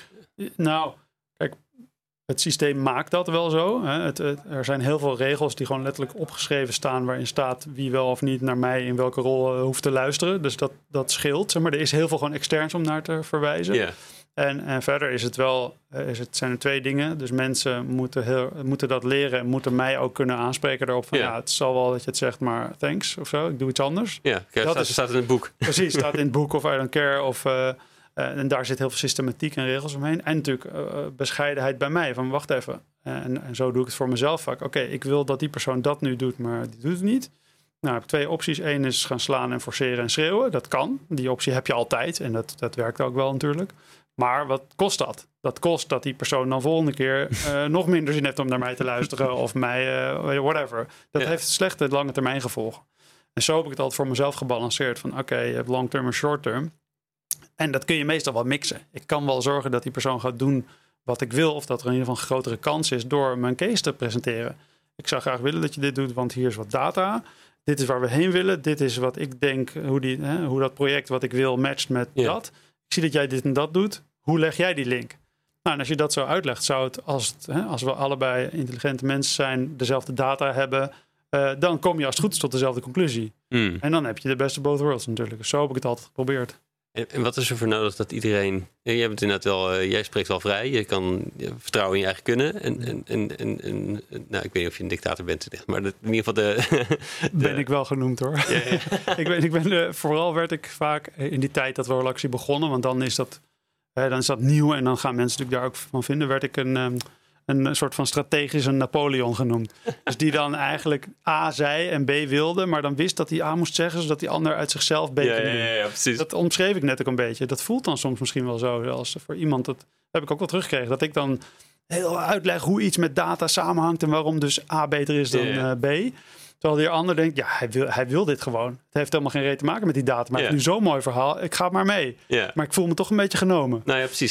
Speaker 2: Nou, kijk, het systeem maakt dat wel zo. Hè. Er zijn heel veel regels die gewoon letterlijk opgeschreven staan, waarin staat wie wel of niet naar mij in welke rol hoeft te luisteren. Dus dat scheelt. Zeg maar, er is heel veel gewoon externs om naar te verwijzen.
Speaker 3: Yeah.
Speaker 2: En verder is het wel, zijn er 2 dingen. Dus mensen moeten dat leren en moeten mij ook kunnen aanspreken daarop. Van het zal wel dat je het zegt, maar thanks of zo. Ik doe iets anders.
Speaker 3: Ja, dat staat in het boek.
Speaker 2: Precies, staat in het boek of I don't care. En daar zit heel veel systematiek en regels omheen. En natuurlijk bescheidenheid bij mij. Van wacht even. En zo doe ik het voor mezelf vaak. Oké, ik wil dat die persoon dat nu doet, maar die doet het niet. Nou, ik heb 2 opties. 1 is gaan slaan en forceren en schreeuwen. Dat kan. Die optie heb je altijd. En dat werkt ook wel natuurlijk. Maar wat kost dat? Dat kost dat die persoon dan volgende keer nog minder zin heeft om naar mij te luisteren of mij, whatever. Dat heeft slechte lange termijn gevolgen. En zo heb ik het altijd voor mezelf gebalanceerd van oké, je hebt long term en short term. En dat kun je meestal wel mixen. Ik kan wel zorgen dat die persoon gaat doen wat ik wil of dat er in ieder geval een grotere kans is door mijn case te presenteren. Ik zou graag willen dat je dit doet, want hier is wat data. Dit is waar we heen willen. Dit is wat ik denk, hoe dat project wat ik wil matcht met dat. Ik zie dat jij dit en dat doet. Hoe leg jij die link? Nou, en als je dat zo uitlegt, zou het als we allebei intelligente mensen zijn, dezelfde data hebben, dan kom je als het goed is tot dezelfde conclusie. En dan heb je de beste both worlds natuurlijk. Dus zo heb ik het altijd geprobeerd.
Speaker 3: En wat is er voor nodig dat iedereen... Jij bent inderdaad wel, jij spreekt wel vrij. Je kan vertrouwen in je eigen kunnen. En nou, ik weet niet of je een dictator bent, maar in ieder geval
Speaker 2: Ben ik wel genoemd hoor. Ja. Vooral werd ik vaak in die tijd dat we Holacracy begonnen, want dan is dat nieuw en dan gaan mensen natuurlijk daar ook van vinden. Werd ik een soort van strategische Napoleon genoemd. Dus die dan eigenlijk A zei en B wilde, maar dan wist dat hij A moest zeggen, zodat die ander uit zichzelf B kon doen.
Speaker 3: Ja, precies.
Speaker 2: Dat omschreef ik net ook een beetje. Dat voelt dan soms misschien wel zo. Als voor iemand, dat heb ik ook wel teruggekregen. Dat ik dan heel uitleg hoe iets met data samenhangt en waarom dus A beter is dan B. Terwijl die ander denkt, hij wil dit gewoon. Het heeft helemaal geen reet te maken met die data. Maar het is nu zo'n mooi verhaal, ik ga maar mee. Yeah. Maar ik voel me toch een beetje genomen.
Speaker 3: Nou ja, precies.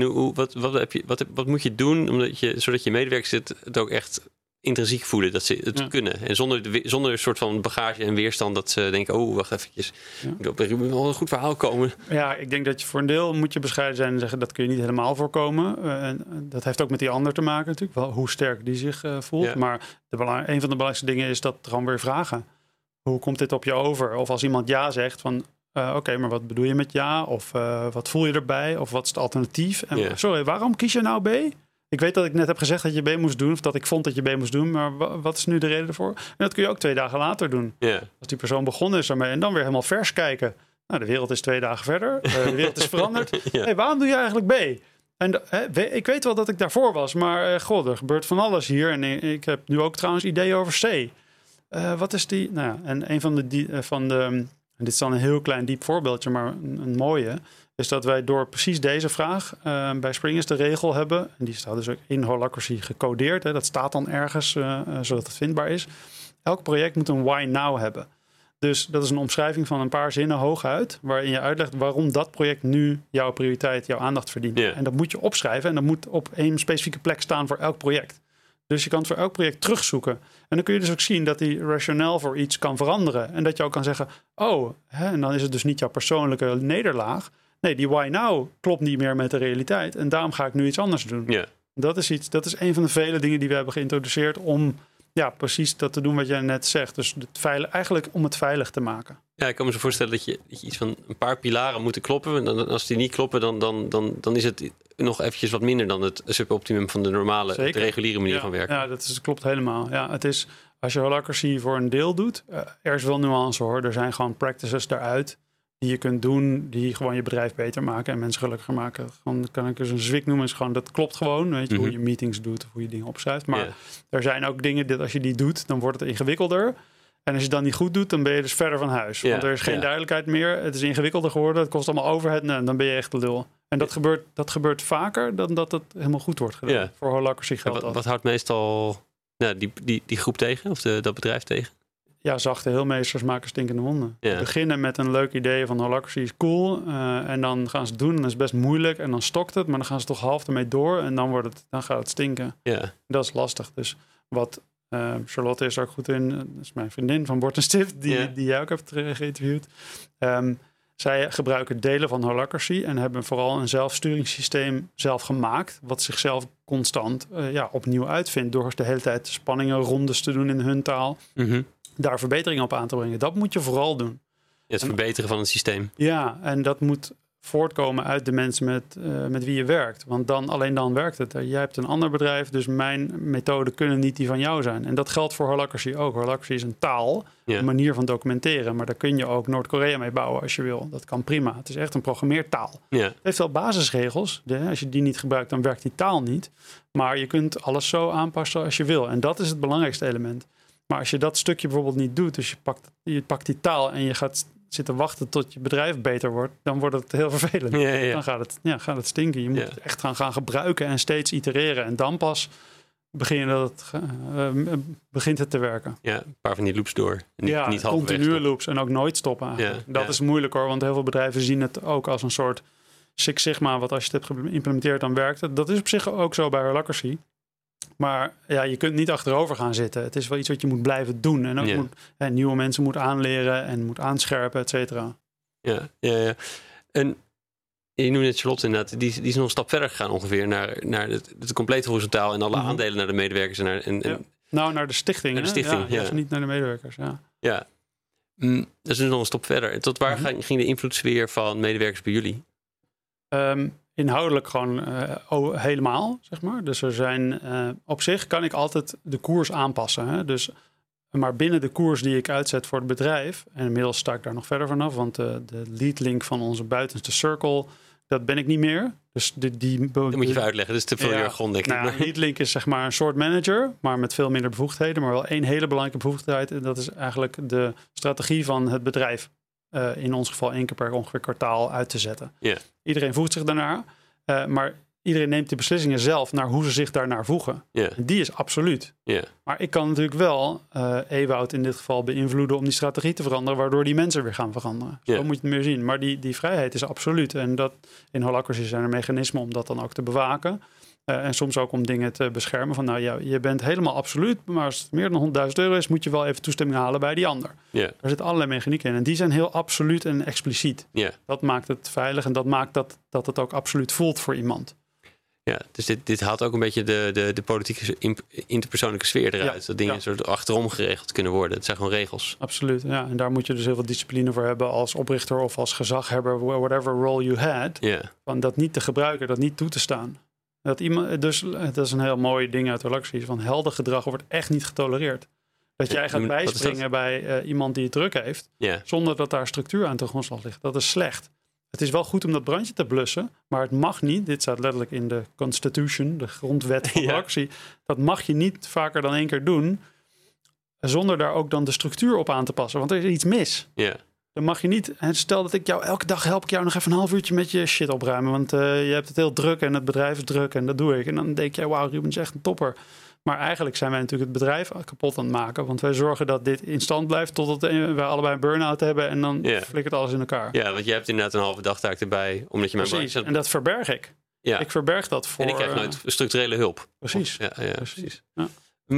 Speaker 3: Wat moet je doen zodat je medewerkers het ook echt intrinsiek voelen dat ze het kunnen. En zonder een soort van bagage en weerstand dat ze denken, oh, wacht eventjes. Ik wil wel een goed verhaal komen. Ja,
Speaker 2: ik denk dat je voor een deel moet je bescheiden zijn en zeggen, dat kun je niet helemaal voorkomen. En dat heeft ook met die ander te maken natuurlijk. Wel, hoe sterk die zich voelt. Ja. Maar een van de belangrijkste dingen is dat gewoon weer vragen. Hoe komt dit op je over? Of als iemand ja zegt van, oké, maar wat bedoel je met ja? Of wat voel je erbij? Of wat is het alternatief? En sorry, waarom kies je nou B? Ik weet dat ik net heb gezegd dat je B moest doen, of dat ik vond dat je B moest doen, maar wat is nu de reden ervoor? En dat kun je ook 2 dagen later doen. Yeah. Als die persoon begonnen is daarmee en dan weer helemaal vers kijken. Nou, de wereld is 2 dagen verder, de wereld is veranderd. Hey, waarom doe je eigenlijk B? En ik weet wel dat ik daarvoor was, maar er gebeurt van alles hier. En ik heb nu ook trouwens ideeën over C. Wat is die? Nou ja, en een van de dit is dan een heel klein diep voorbeeldje, maar een mooie, is dat wij door precies deze vraag bij Springest de regel hebben, en die staat dus ook in Holacracy gecodeerd, dat staat dan ergens, zodat het vindbaar is. Elk project moet een why now hebben. Dus dat is een omschrijving van een paar zinnen hooguit, waarin je uitlegt waarom dat project nu jouw prioriteit, jouw aandacht verdient. Yeah. En dat moet je opschrijven en dat moet op één specifieke plek staan voor elk project. Dus je kan het voor elk project terugzoeken. En dan kun je dus ook zien dat die rationeel voor iets kan veranderen. En dat je ook kan zeggen, en dan is het dus niet jouw persoonlijke nederlaag. Nee, die why now klopt niet meer met de realiteit. En daarom ga ik nu iets anders doen. Yeah. Dat is een van de vele dingen die we hebben geïntroduceerd om precies dat te doen wat jij net zegt. Dus eigenlijk om het veilig te maken.
Speaker 3: Ja, ik kan me zo voorstellen dat je iets van een paar pilaren moeten kloppen. En als die niet kloppen, dan is het nog eventjes wat minder dan het suboptimum van de normale, de reguliere manier van werken.
Speaker 2: Ja, dat klopt helemaal. Ja, het is, als je Holacracy voor een deel doet, er is wel nuance hoor. Er zijn gewoon practices daaruit die je kunt doen, die gewoon je bedrijf beter maken en mensen gelukkiger maken. Gewoon, kan ik dus een zwik noemen, is gewoon, dat klopt gewoon. Weet je, hoe je meetings doet of hoe je dingen opschrijft. Maar er zijn ook dingen dat als je die doet, dan wordt het ingewikkelder. En als je het dan niet goed doet, dan ben je dus verder van huis. Want er is geen duidelijkheid meer. Het is ingewikkelder geworden. Het kost allemaal overhead. En dan ben je echt de lul. En dat gebeurt vaker dan dat het helemaal goed wordt gedaan. Ja. Voor Holacracy geldt dat.
Speaker 3: Wat houdt meestal die groep tegen? Of dat bedrijf tegen?
Speaker 2: Ja, zachte heelmeesters maken stinkende wonden. Ja. Beginnen met een leuk idee van Holacracy is cool. En dan gaan ze het doen. En dat is best moeilijk. En dan stokt het. Maar dan gaan ze toch half ermee door. En dan gaat het stinken.
Speaker 3: Ja.
Speaker 2: Dat is lastig. Dus wat... Charlotte is er ook goed in. Dat is mijn vriendin van Bord en Stift, die jij ook hebt geïnterviewd. Zij gebruiken delen van Holacracy en hebben vooral een zelfsturingssysteem zelf gemaakt, wat zichzelf constant opnieuw uitvindt door de hele tijd spanningen, rondes te doen in hun taal. Mm-hmm. Daar verbeteringen op aan te brengen. Dat moet je vooral doen.
Speaker 3: Het verbeteren van het systeem.
Speaker 2: Ja, en dat moet voortkomen uit de mensen met wie je werkt. Want alleen dan werkt het. Jij hebt een ander bedrijf, dus mijn methoden kunnen niet die van jou zijn. En dat geldt voor Holacracy ook. Holacracy is een taal, een manier van documenteren. Maar daar kun je ook Noord-Korea mee bouwen als je wil. Dat kan prima. Het is echt een programmeertaal. Ja. Het heeft wel basisregels. Als je die niet gebruikt, dan werkt die taal niet. Maar je kunt alles zo aanpassen als je wil. En dat is het belangrijkste element. Maar als je dat stukje bijvoorbeeld niet doet, dus je pakt die taal en je gaat zitten wachten tot je bedrijf beter wordt, dan wordt het heel vervelend. Ja. Dan gaat het stinken. Je moet het echt gaan gebruiken en steeds itereren. En dan pas begint het te werken.
Speaker 3: Ja, een paar van die loops door.
Speaker 2: Niet continue loops en ook nooit stoppen eigenlijk. Dat is moeilijk hoor, want heel veel bedrijven zien het ook als een soort Six Sigma, wat als je het hebt geïmplementeerd, dan werkt het. Dat is op zich ook zo bij Holacracy. Maar je kunt niet achterover gaan zitten. Het is wel iets wat je moet blijven doen. En ook nieuwe mensen moet aanleren en moet aanscherpen, et cetera.
Speaker 3: Ja. En je noemde net Charlotte inderdaad. Die is nog een stap verder gegaan ongeveer naar het complete horizontaal en alle aandelen naar de medewerkers.
Speaker 2: Naar de stichting.
Speaker 3: Naar de stichting,
Speaker 2: Dus niet naar de medewerkers,
Speaker 3: Ja. Dat is dus nog een stap verder. Tot waar ging de invloedssfeer van medewerkers bij jullie?
Speaker 2: Inhoudelijk gewoon helemaal, zeg maar. Dus er zijn op zich kan ik altijd de koers aanpassen. Hè? Dus, maar binnen de koers die ik uitzet voor het bedrijf, en inmiddels sta ik daar nog verder vanaf, want de lead link van onze buitenste circle, dat ben ik niet meer. Dus dat
Speaker 3: moet je even uitleggen. Dat is te veel jargon, denk ik.
Speaker 2: Lead link is zeg maar een soort manager, maar met veel minder bevoegdheden, maar wel één hele belangrijke bevoegdheid. En dat is eigenlijk de strategie van het bedrijf. In ons geval 1 keer per ongeveer kwartaal uit te zetten.
Speaker 3: Yeah.
Speaker 2: Iedereen voegt zich daarnaar. Maar iedereen neemt de beslissingen zelf naar hoe ze zich daarnaar voegen.
Speaker 3: Yeah.
Speaker 2: Die is absoluut.
Speaker 3: Yeah.
Speaker 2: Maar ik kan natuurlijk wel Ewout in dit geval beïnvloeden om die strategie te veranderen, waardoor die mensen weer gaan veranderen. Zo moet je het meer zien. Maar die vrijheid is absoluut. En dat in Holacracy zijn er mechanismen om dat dan ook te bewaken. En soms ook om dingen te beschermen. Van je bent helemaal absoluut. Maar als het meer dan €100.000 is, moet je wel even toestemming halen bij die ander.
Speaker 3: Yeah.
Speaker 2: Daar zitten allerlei mechanieken in. En die zijn heel absoluut en expliciet.
Speaker 3: Yeah.
Speaker 2: Dat maakt het veilig en dat maakt dat het ook absoluut voelt voor iemand.
Speaker 3: Ja, dus dit haalt ook een beetje de politieke interpersoonlijke sfeer eruit. Ja. Dat dingen soort achterom geregeld kunnen worden. Het zijn gewoon regels.
Speaker 2: Absoluut, ja. En daar moet je dus heel veel discipline voor hebben als oprichter of als gezaghebber, whatever role you had.
Speaker 3: Yeah.
Speaker 2: Van dat niet te gebruiken, dat niet toe te staan. Dat is een heel mooi ding uit Holacracy. Van helder gedrag wordt echt niet getolereerd. Dat jij gaat bijspringen bij iemand die het druk heeft, zonder dat daar structuur aan ten grondslag ligt. Dat is slecht. Het is wel goed om dat brandje te blussen, maar het mag niet. Dit staat letterlijk in de Constitution, de grondwet van Holacracy. Dat mag je niet vaker dan 1 keer doen, zonder daar ook dan de structuur op aan te passen. Want er is iets mis. Dan mag je niet. Stel dat ik jou elke dag help ik jou nog even een half uurtje met je shit opruimen. Want je hebt het heel druk en het bedrijf is druk en dat doe ik. En dan denk je, wauw, Ruben is echt een topper. Maar eigenlijk zijn wij natuurlijk het bedrijf kapot aan het maken. Want wij zorgen dat dit in stand blijft totdat wij allebei een burn-out hebben. En dan flikkert alles in elkaar.
Speaker 3: Ja, want je hebt inderdaad een halve dagtaak erbij. Omdat je mijn
Speaker 2: Precies, en dat verberg ik.
Speaker 3: Ja.
Speaker 2: Ik verberg dat voor...
Speaker 3: En ik krijg nooit structurele hulp.
Speaker 2: Precies.
Speaker 3: Precies. Ja.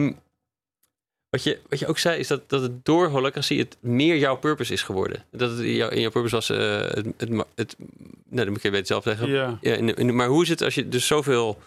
Speaker 3: Wat je ook zei, is dat het door Holacracy het meer jouw purpose is geworden. Dat het in jouw purpose was dat moet je beter zelf zeggen.
Speaker 2: Ja.
Speaker 3: Maar hoe is het als je dus zoveel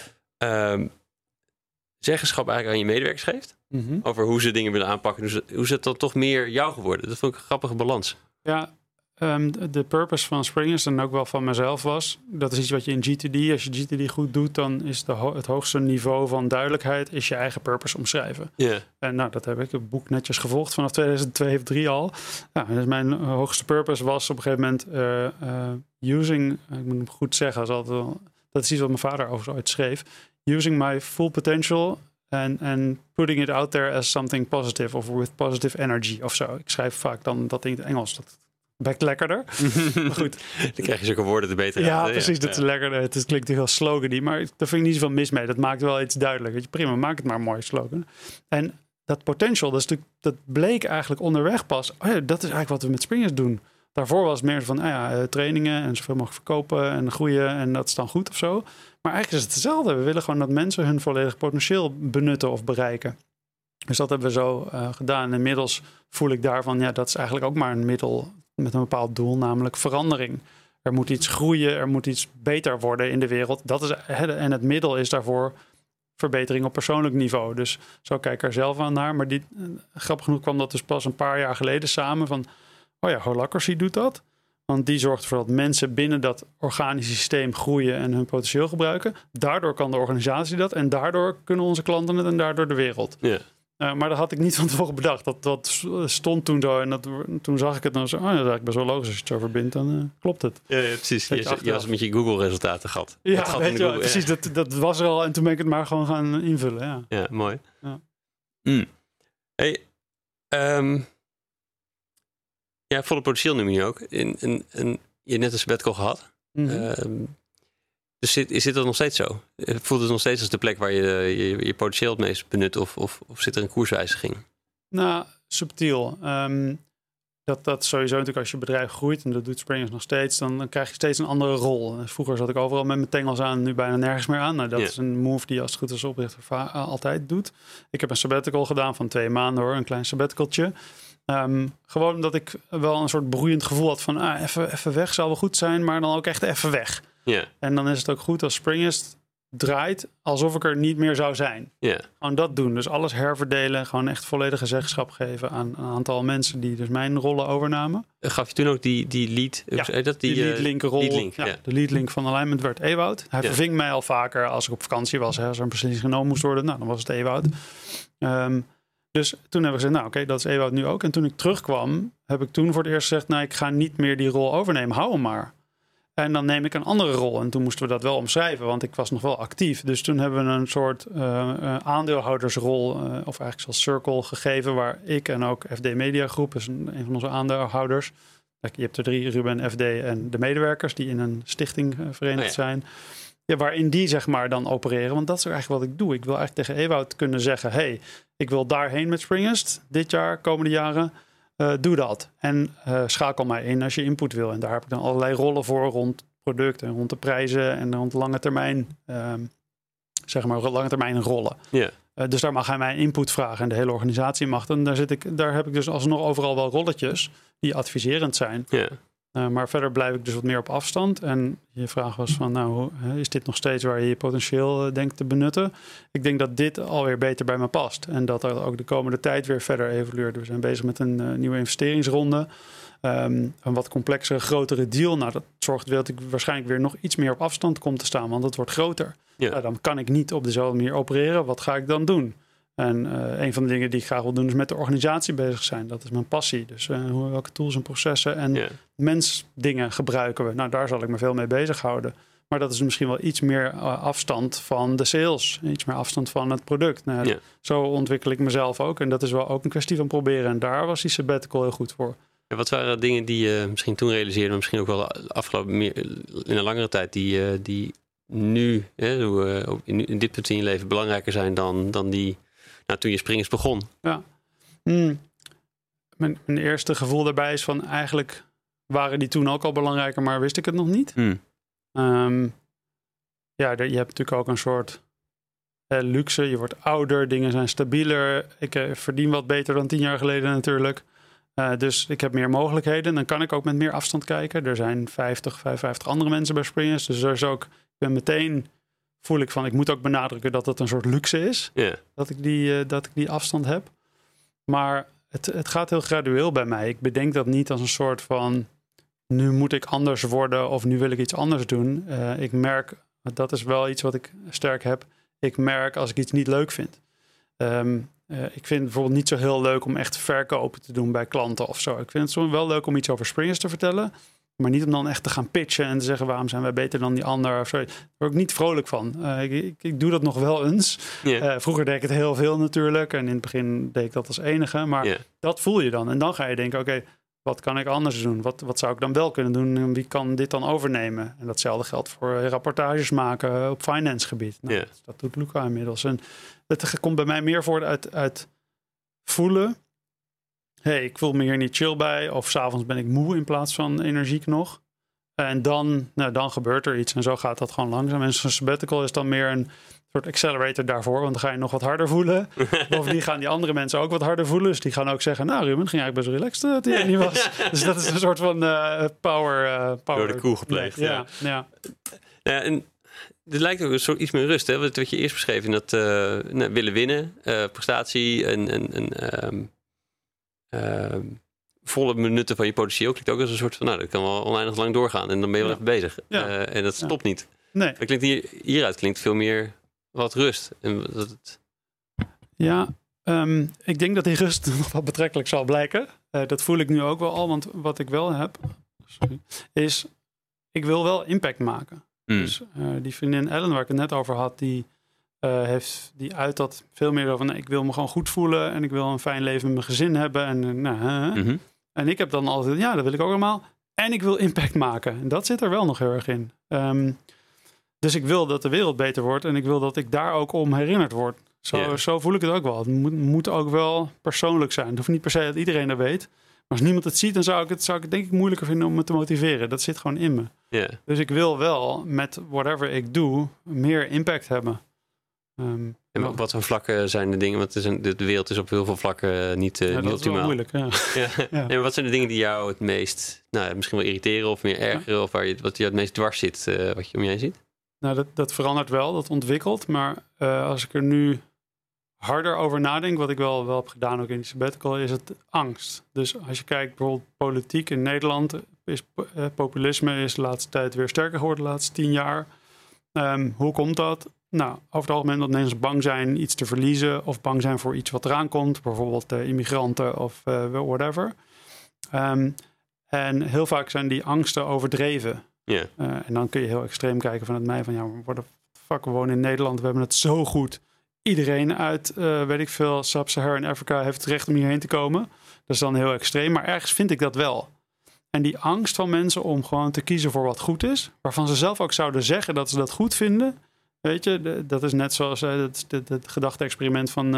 Speaker 3: zeggenschap eigenlijk aan je medewerkers geeft? Mm-hmm. Over hoe ze dingen willen aanpakken. Dus hoe is het dan toch meer jou geworden? Dat vond ik een grappige balans.
Speaker 2: Ja, de purpose van Springers en ook wel van mezelf was, dat is iets wat je in GTD, als je GTD goed doet, dan is het hoogste niveau van duidelijkheid is je eigen purpose omschrijven.
Speaker 3: Yeah.
Speaker 2: En dat heb ik het boek netjes gevolgd vanaf 2002 of 2003 al. Dus mijn hoogste purpose was op een gegeven moment using, ik moet het goed zeggen, dat is iets wat mijn vader over ooit schreef, using my full potential En putting it out there as something positive of with positive energy of zo. Ik schrijf vaak dan dat in het Engels. Dat bekt lekkerder. Maar goed.
Speaker 3: Dan krijg je zulke woorden te beter.
Speaker 2: Ja, precies. Dat is lekkerder. Het klinkt heel slogany, maar daar vind ik niet zoveel mis mee. Dat maakt wel iets duidelijk. Weet je, prima, maak het maar een mooie slogan. En dat potential, dat bleek eigenlijk onderweg pas. Oh ja, dat is eigenlijk wat we met Springers doen. Daarvoor was het meer van trainingen en zoveel mogelijk verkopen en groeien en dat is dan goed of zo. Maar eigenlijk is het hetzelfde. We willen gewoon dat mensen hun volledig potentieel benutten of bereiken. Dus dat hebben we zo gedaan. En inmiddels voel ik daarvan, dat is eigenlijk ook maar een middel met een bepaald doel, namelijk verandering. Er moet iets groeien, er moet iets beter worden in de wereld. Dat is, en het middel is daarvoor verbetering op persoonlijk niveau. Dus zo kijk ik er zelf aan naar. Maar grappig genoeg kwam dat dus pas een paar jaar geleden samen van, Holacracy doet dat. Want die zorgt ervoor dat mensen binnen dat organische systeem groeien en hun potentieel gebruiken. Daardoor kan de organisatie dat en daardoor kunnen onze klanten het en daardoor de wereld.
Speaker 3: Ja.
Speaker 2: Maar dat had ik niet van tevoren bedacht. Dat stond toen zo en toen zag ik het dan zo. Dat is eigenlijk best wel logisch. Als je het zo verbindt, dan klopt het.
Speaker 3: Ja, precies. Je was met je Google-resultaten gehad.
Speaker 2: Ja, precies. Dat was er al en toen ben ik het maar gewoon gaan invullen.
Speaker 3: Ja, mooi.
Speaker 2: Ja.
Speaker 3: Hey, volle potentieel noem je ook. Je hebt net een sabbatical gehad. Mm-hmm. Dus is dit dan nog steeds zo? Voelt het nog steeds als de plek waar je potentieel het meest benut? Of zit er een koerswijziging?
Speaker 2: Nou, subtiel. Dat sowieso natuurlijk als je bedrijf groeit, en dat doet Springers nog steeds, dan krijg je steeds een andere rol. Vroeger zat ik overal met mijn tengels aan, nu bijna nergens meer aan. Nou, dat is een move die als het goed is oprichter altijd doet. Ik heb een sabbatical gedaan van 2 maanden hoor, een klein sabbaticaltje. Gewoon omdat ik wel een soort broeiend gevoel had van even weg zou wel goed zijn, maar dan ook echt even weg.
Speaker 3: Yeah.
Speaker 2: En dan is het ook goed als Springers draait alsof ik er niet meer zou zijn.
Speaker 3: Yeah.
Speaker 2: Gewoon dat doen. Dus alles herverdelen. Gewoon echt volledige zeggenschap geven aan een aantal mensen die dus mijn rollen overnamen.
Speaker 3: Gaf je toen ook die lead?
Speaker 2: Ja, die lead link rol. De lead link van Alignment werd Ewout. Hij verving mij al vaker als ik op vakantie was. Als er een beslissing genomen moest worden. Nou, dan was het Ewout. Dus toen hebben we gezegd, nou oké, dat is Ewout nu ook. En toen ik terugkwam, heb ik toen voor het eerst gezegd, ik ga niet meer die rol overnemen. Hou hem maar. En dan neem ik een andere rol. En toen moesten we dat wel omschrijven, want ik was nog wel actief. Dus toen hebben we een soort aandeelhoudersrol, of eigenlijk zoals Circle, gegeven, waar ik en ook FD Media Groep, is een van onze aandeelhouders. Je hebt er 3, Ruben, FD en de medewerkers, die in een stichting verenigd zijn. Ja, waarin die zeg maar dan opereren. Want dat is eigenlijk wat ik doe. Ik wil eigenlijk tegen Ewout kunnen zeggen, hey, ik wil daarheen met Springers dit jaar, komende jaren. Doe dat. En schakel mij in als je input wil. En daar heb ik dan allerlei rollen voor rond het product en rond de prijzen en rond lange termijn, lange termijn rollen.
Speaker 3: Yeah.
Speaker 2: Dus daar mag hij mij input vragen en de hele organisatie mag. En daar heb ik dus alsnog overal wel rolletjes die adviserend zijn.
Speaker 3: Yeah.
Speaker 2: Maar verder blijf ik dus wat meer op afstand. En je vraag was van, is dit nog steeds waar je potentieel denkt te benutten? Ik denk dat dit alweer beter bij me past. En dat er ook de komende tijd weer verder evolueert. We zijn bezig met een nieuwe investeringsronde. Een wat complexere, grotere deal. Nou, dat zorgt wel dat ik waarschijnlijk weer nog iets meer op afstand kom te staan. Want het wordt groter.
Speaker 3: Ja.
Speaker 2: Nou, dan kan ik niet op dezelfde manier opereren. Wat ga ik dan doen? En een van de dingen die ik graag wil doen is met de organisatie bezig zijn. Dat is mijn passie. Dus welke tools en processen en mensdingen gebruiken we? Nou, daar zal ik me veel mee bezighouden. Maar dat is misschien wel iets meer afstand van de sales. Iets meer afstand van het product. Nou, zo ontwikkel ik mezelf ook. En dat is wel ook een kwestie van proberen. En daar was die sabbatical heel goed voor.
Speaker 3: Ja, wat waren dingen die je misschien toen realiseerde, maar misschien ook wel afgelopen in een langere tijd, die nu in dit punt in je leven belangrijker zijn dan die toen je Springers begon?
Speaker 2: Ja. Mijn eerste gevoel daarbij is van eigenlijk waren die toen ook al belangrijker, maar wist ik het nog niet. Je hebt natuurlijk ook een soort luxe. Je wordt ouder, dingen zijn stabieler. Ik verdien wat beter dan 10 jaar geleden natuurlijk. Dus ik heb meer mogelijkheden. Dan kan ik ook met meer afstand kijken. Er zijn 55 andere mensen bij Springers. Dus er is ook, voel ik van, ik moet ook benadrukken dat het een soort luxe is.
Speaker 3: Yeah.
Speaker 2: Dat ik die afstand heb. Maar het gaat heel gradueel bij mij. Ik bedenk dat niet als een soort van, nu moet ik anders worden of nu wil ik iets anders doen. Ik merk, dat is wel iets wat ik sterk heb. Ik merk als ik iets niet leuk vind. Ik vind het bijvoorbeeld niet zo heel leuk om echt verkopen te doen bij klanten of zo. Ik vind het soms wel leuk om iets over Springers te vertellen. Maar niet om dan echt te gaan pitchen en te zeggen waarom zijn wij beter dan die ander. Of zo. Daar word ik niet vrolijk van. Ik doe dat nog wel eens. Yeah. Vroeger deed ik het heel veel natuurlijk. En in het begin deed ik dat als enige. Maar dat voel je dan. En dan ga je denken, oké, wat kan ik anders doen? Wat zou ik dan wel kunnen doen? En wie kan dit dan overnemen? En datzelfde geldt voor rapportages maken op finance gebied. Nou, dat doet Luca inmiddels. En het komt bij mij meer voort uit voelen. Ik voel me hier niet chill bij. Of 's avonds ben ik moe in plaats van energiek nog. En dan gebeurt er iets. En zo gaat dat gewoon langzaam. En zo'n sabbatical is dan meer een soort accelerator daarvoor. Want dan ga je nog wat harder voelen. Bovendien gaan die andere mensen ook wat harder voelen. Dus die gaan ook zeggen, nou Ruben, ging eigenlijk best relaxed toen je niet was. Dus dat is een soort van power.
Speaker 3: Door de koe gepleegd.
Speaker 2: Ja.
Speaker 3: En er lijkt ook een soort iets meer rust. Hè? Wat je eerst beschreef in dat willen winnen. Prestatie en volle benutten van je potentieel klinkt ook als een soort van, dat kan wel oneindig lang doorgaan en dan ben je wel even bezig. En dat stopt niet.
Speaker 2: Nee.
Speaker 3: Dat klinkt hieruit klinkt veel meer wat rust. En
Speaker 2: ik denk dat die rust nog wat betrekkelijk zal blijken. Dat voel ik nu ook wel al, want wat ik wel heb, is ik wil wel impact maken. Dus die vriendin Ellen, waar ik het net over had, die uit dat veel meer over, ik wil me gewoon goed voelen en ik wil een fijn leven met mijn gezin hebben. En ik heb dan altijd, dat wil ik ook allemaal. En ik wil impact maken. En dat zit er wel nog heel erg in. Dus ik wil dat de wereld beter wordt en ik wil dat ik daar ook om herinnerd word. Zo voel ik het ook wel. Het moet ook wel persoonlijk zijn. Het hoeft niet per se dat iedereen dat weet. Maar als niemand het ziet, dan zou ik het denk ik moeilijker vinden om me te motiveren. Dat zit gewoon in me.
Speaker 3: Yeah.
Speaker 2: Dus ik wil wel met whatever ik doe meer impact hebben.
Speaker 3: En op wat voor vlakken zijn de dingen? Want de wereld is op heel veel vlakken niet
Speaker 2: dat
Speaker 3: optimaal.
Speaker 2: Is wel moeilijk,
Speaker 3: En wat zijn de dingen die jou het meest, misschien wel irriteren of meer ergeren, of wat je het meest dwars zit, wat je om je heen ziet?
Speaker 2: Nou, dat verandert wel, dat ontwikkelt. Maar als ik er nu harder over nadenk, wat ik wel heb gedaan ook in die sabbatical, is het angst. Dus als je kijkt bijvoorbeeld politiek in Nederland, populisme is de laatste tijd weer sterker geworden, de laatste 10 jaar. Hoe komt dat? Nou, over het algemeen dat mensen bang zijn iets te verliezen of bang zijn voor iets wat eraan komt. Bijvoorbeeld immigranten of whatever. En heel vaak zijn die angsten overdreven.
Speaker 3: Yeah.
Speaker 2: En dan kun je heel extreem kijken vanuit mij van, we wonen in Nederland, we hebben het zo goed. Iedereen uit, Sub-Saharan Afrika heeft het recht om hierheen te komen. Dat is dan heel extreem, maar ergens vind ik dat wel. En die angst van mensen om gewoon te kiezen voor wat goed is, waarvan ze zelf ook zouden zeggen dat ze dat goed vinden. Weet je, dat is net zoals het gedachte-experiment van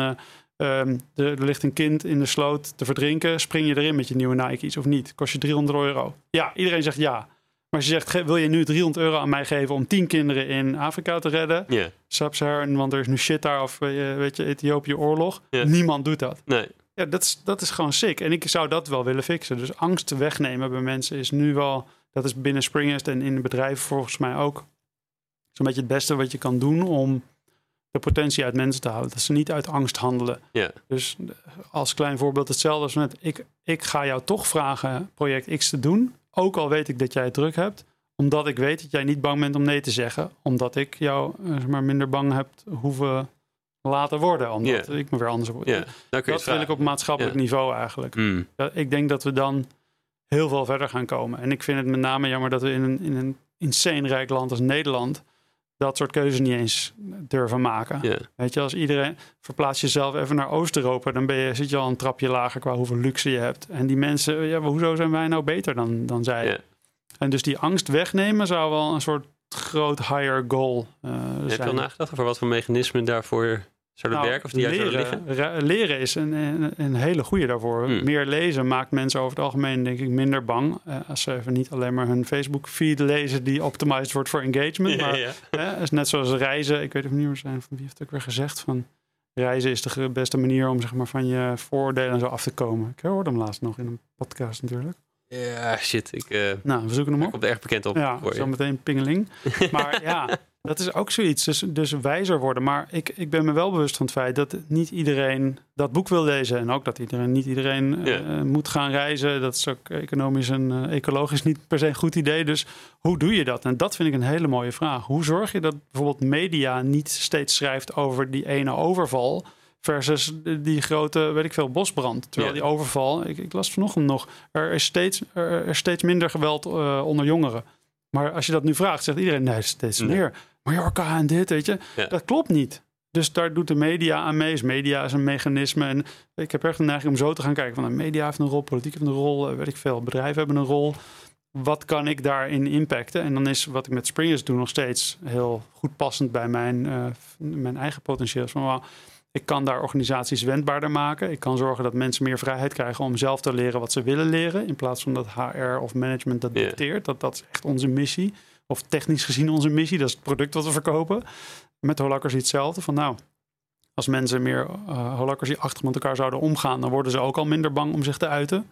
Speaker 2: er ligt een kind in de sloot te verdrinken. Spring je erin met je nieuwe Nike's of niet? Kost je €300. Ja, iedereen zegt ja. Maar als je zegt, wil je nu €300 aan mij geven om 10 kinderen in Afrika te redden?
Speaker 3: Yeah.
Speaker 2: Sub-Saharan, want er is nu shit daar of Ethiopië oorlog. Yeah. Niemand doet dat.
Speaker 3: Nee.
Speaker 2: Ja, dat is gewoon sick. En ik zou dat wel willen fixen. Dus angst wegnemen bij mensen is nu wel, dat is binnen Springest en in de bedrijven volgens mij ook zo'n beetje het beste wat je kan doen om de potentie uit mensen te houden. Dat ze niet uit angst handelen.
Speaker 3: Yeah.
Speaker 2: Dus als klein voorbeeld hetzelfde als net. Ik ga jou toch vragen project X te doen. Ook al weet ik dat jij het druk hebt. Omdat ik weet dat jij niet bang bent om nee te zeggen. Omdat ik jou minder bang heb hoeven laten worden. Omdat ik me weer anders word.
Speaker 3: Yeah.
Speaker 2: Dat wil ik op maatschappelijk niveau eigenlijk. Ik denk dat we dan heel veel verder gaan komen. En ik vind het met name jammer dat we in een insane rijk land als Nederland dat soort keuzes niet eens durven maken.
Speaker 3: Yeah.
Speaker 2: Weet je, als iedereen verplaats jezelf even naar Oost-Europa, dan zit je al een trapje lager qua hoeveel luxe je hebt. En die mensen, hoezo zijn wij nou beter dan zij?
Speaker 3: Yeah.
Speaker 2: En dus die angst wegnemen zou wel een soort groot higher goal zijn.
Speaker 3: Heb je al nagedacht over wat voor mechanismen daarvoor zouden werken? Of die zouden liggen?
Speaker 2: Leren is een hele goede daarvoor. Meer lezen maakt mensen over het algemeen, denk ik, minder bang. Als ze even niet alleen maar hun Facebook-feed lezen die optimized wordt voor engagement. Maar is net zoals reizen. Ik weet het niet meer van wie heeft het ook weer gezegd van reizen is de beste manier om zeg maar van je vooroordelen en zo af te komen. Ik hoorde hem laatst nog in een podcast natuurlijk.
Speaker 3: Ja, shit.
Speaker 2: We zoeken hem op.
Speaker 3: Komt erg bekend op.
Speaker 2: Ja, zo meteen pingeling. Maar dat is ook zoiets. Dus wijzer worden. Maar ik ben me wel bewust van het feit dat niet iedereen dat boek wil lezen. En ook dat niet iedereen moet gaan reizen. Dat is ook economisch en ecologisch niet per se een goed idee. Dus hoe doe je dat? En dat vind ik een hele mooie vraag. Hoe zorg je dat bijvoorbeeld media niet steeds schrijft over die ene overval? versus die grote, weet ik veel, bosbrand. Terwijl die overval, ik las vanochtend nog, er is steeds minder geweld onder jongeren. Maar als je dat nu vraagt, zegt iedereen, nee, steeds meer. Mallorca en dit, weet je. Ja. Dat klopt niet. Dus daar doet de media aan mee. Dus media is een mechanisme. En ik heb echt een neiging om zo te gaan kijken. Van de media heeft een rol, politiek heeft een rol, weet ik veel. Bedrijven hebben een rol. Wat kan ik daarin impacten? En dan is wat ik met Springers doe nog steeds heel goed passend bij mijn eigen potentieel. Van, ik kan daar organisaties wendbaarder maken. Ik kan zorgen dat mensen meer vrijheid krijgen om zelf te leren wat ze willen leren. In plaats van dat HR of management dat dicteert. Dat is echt onze missie. Of technisch gezien onze missie. Dat is het product wat we verkopen. Met Holacracy hetzelfde. Van als mensen meer Holacracy-achtig met elkaar zouden omgaan, dan worden ze ook al minder bang om zich te uiten.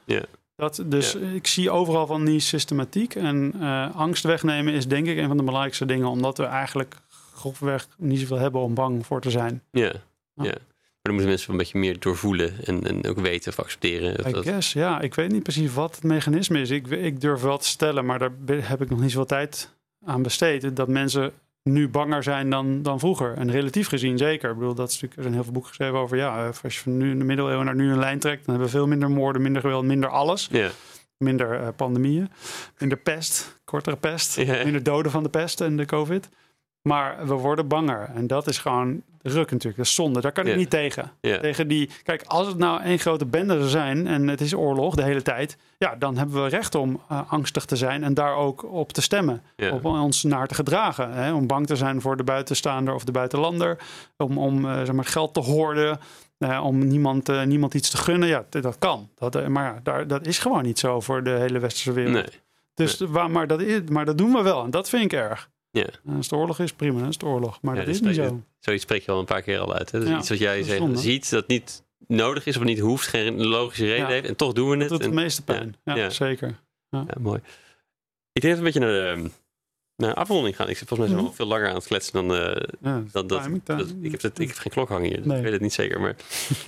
Speaker 2: Ik zie overal van die systematiek. En angst wegnemen is denk ik een van de belangrijkste dingen. Omdat we eigenlijk grofweg niet zoveel hebben om bang voor te zijn.
Speaker 3: Ja. Maar dan moeten mensen een beetje meer doorvoelen en ook weten of accepteren.
Speaker 2: Ik weet niet precies wat het mechanisme is. Ik durf wel te stellen, maar daar heb ik nog niet zoveel tijd aan besteed. Dat mensen nu banger zijn dan vroeger. En relatief gezien zeker. Ik bedoel, er zijn heel veel boeken geschreven over, als je van nu in de middeleeuwen naar nu een lijn trekt, dan hebben we veel minder moorden, minder geweld, minder alles. Minder pandemieën, minder pest, kortere pest, minder doden van de pest en de COVID. Maar we worden banger. En dat is gewoon ruk natuurlijk. Dat is zonde. Daar kan ik niet tegen. Tegen die. Kijk, als het nou één grote bende zou zijn en het is oorlog de hele tijd, dan hebben we recht om angstig te zijn en daar ook op te stemmen. Op ons naar te gedragen. Hè? Om bang te zijn voor de buitenstaander of de buitenlander. Om zeg maar geld te hoorden. Om niemand iets te gunnen. Ja, dat kan. Dat is gewoon niet zo voor de hele westerse wereld. Nee. Dus, maar dat doen we wel. En dat vind ik erg. Als het oorlog is, prima, dat is het oorlog. Maar dat is niet zo.
Speaker 3: Zoiets spreek je al een paar keer al uit. Hè? Dus iets wat jij ziet dat niet nodig is of niet hoeft, geen logische reden heeft. En toch doen we het.
Speaker 2: Dat doet het meeste pijn. Ja, zeker. Ja,
Speaker 3: mooi. Ik denk dat we een beetje naar afronding gaan. Ik zit volgens mij wel veel langer aan het kletsen dan dat. Ik heb geen klok hangen hier, dus ik weet het niet zeker. Maar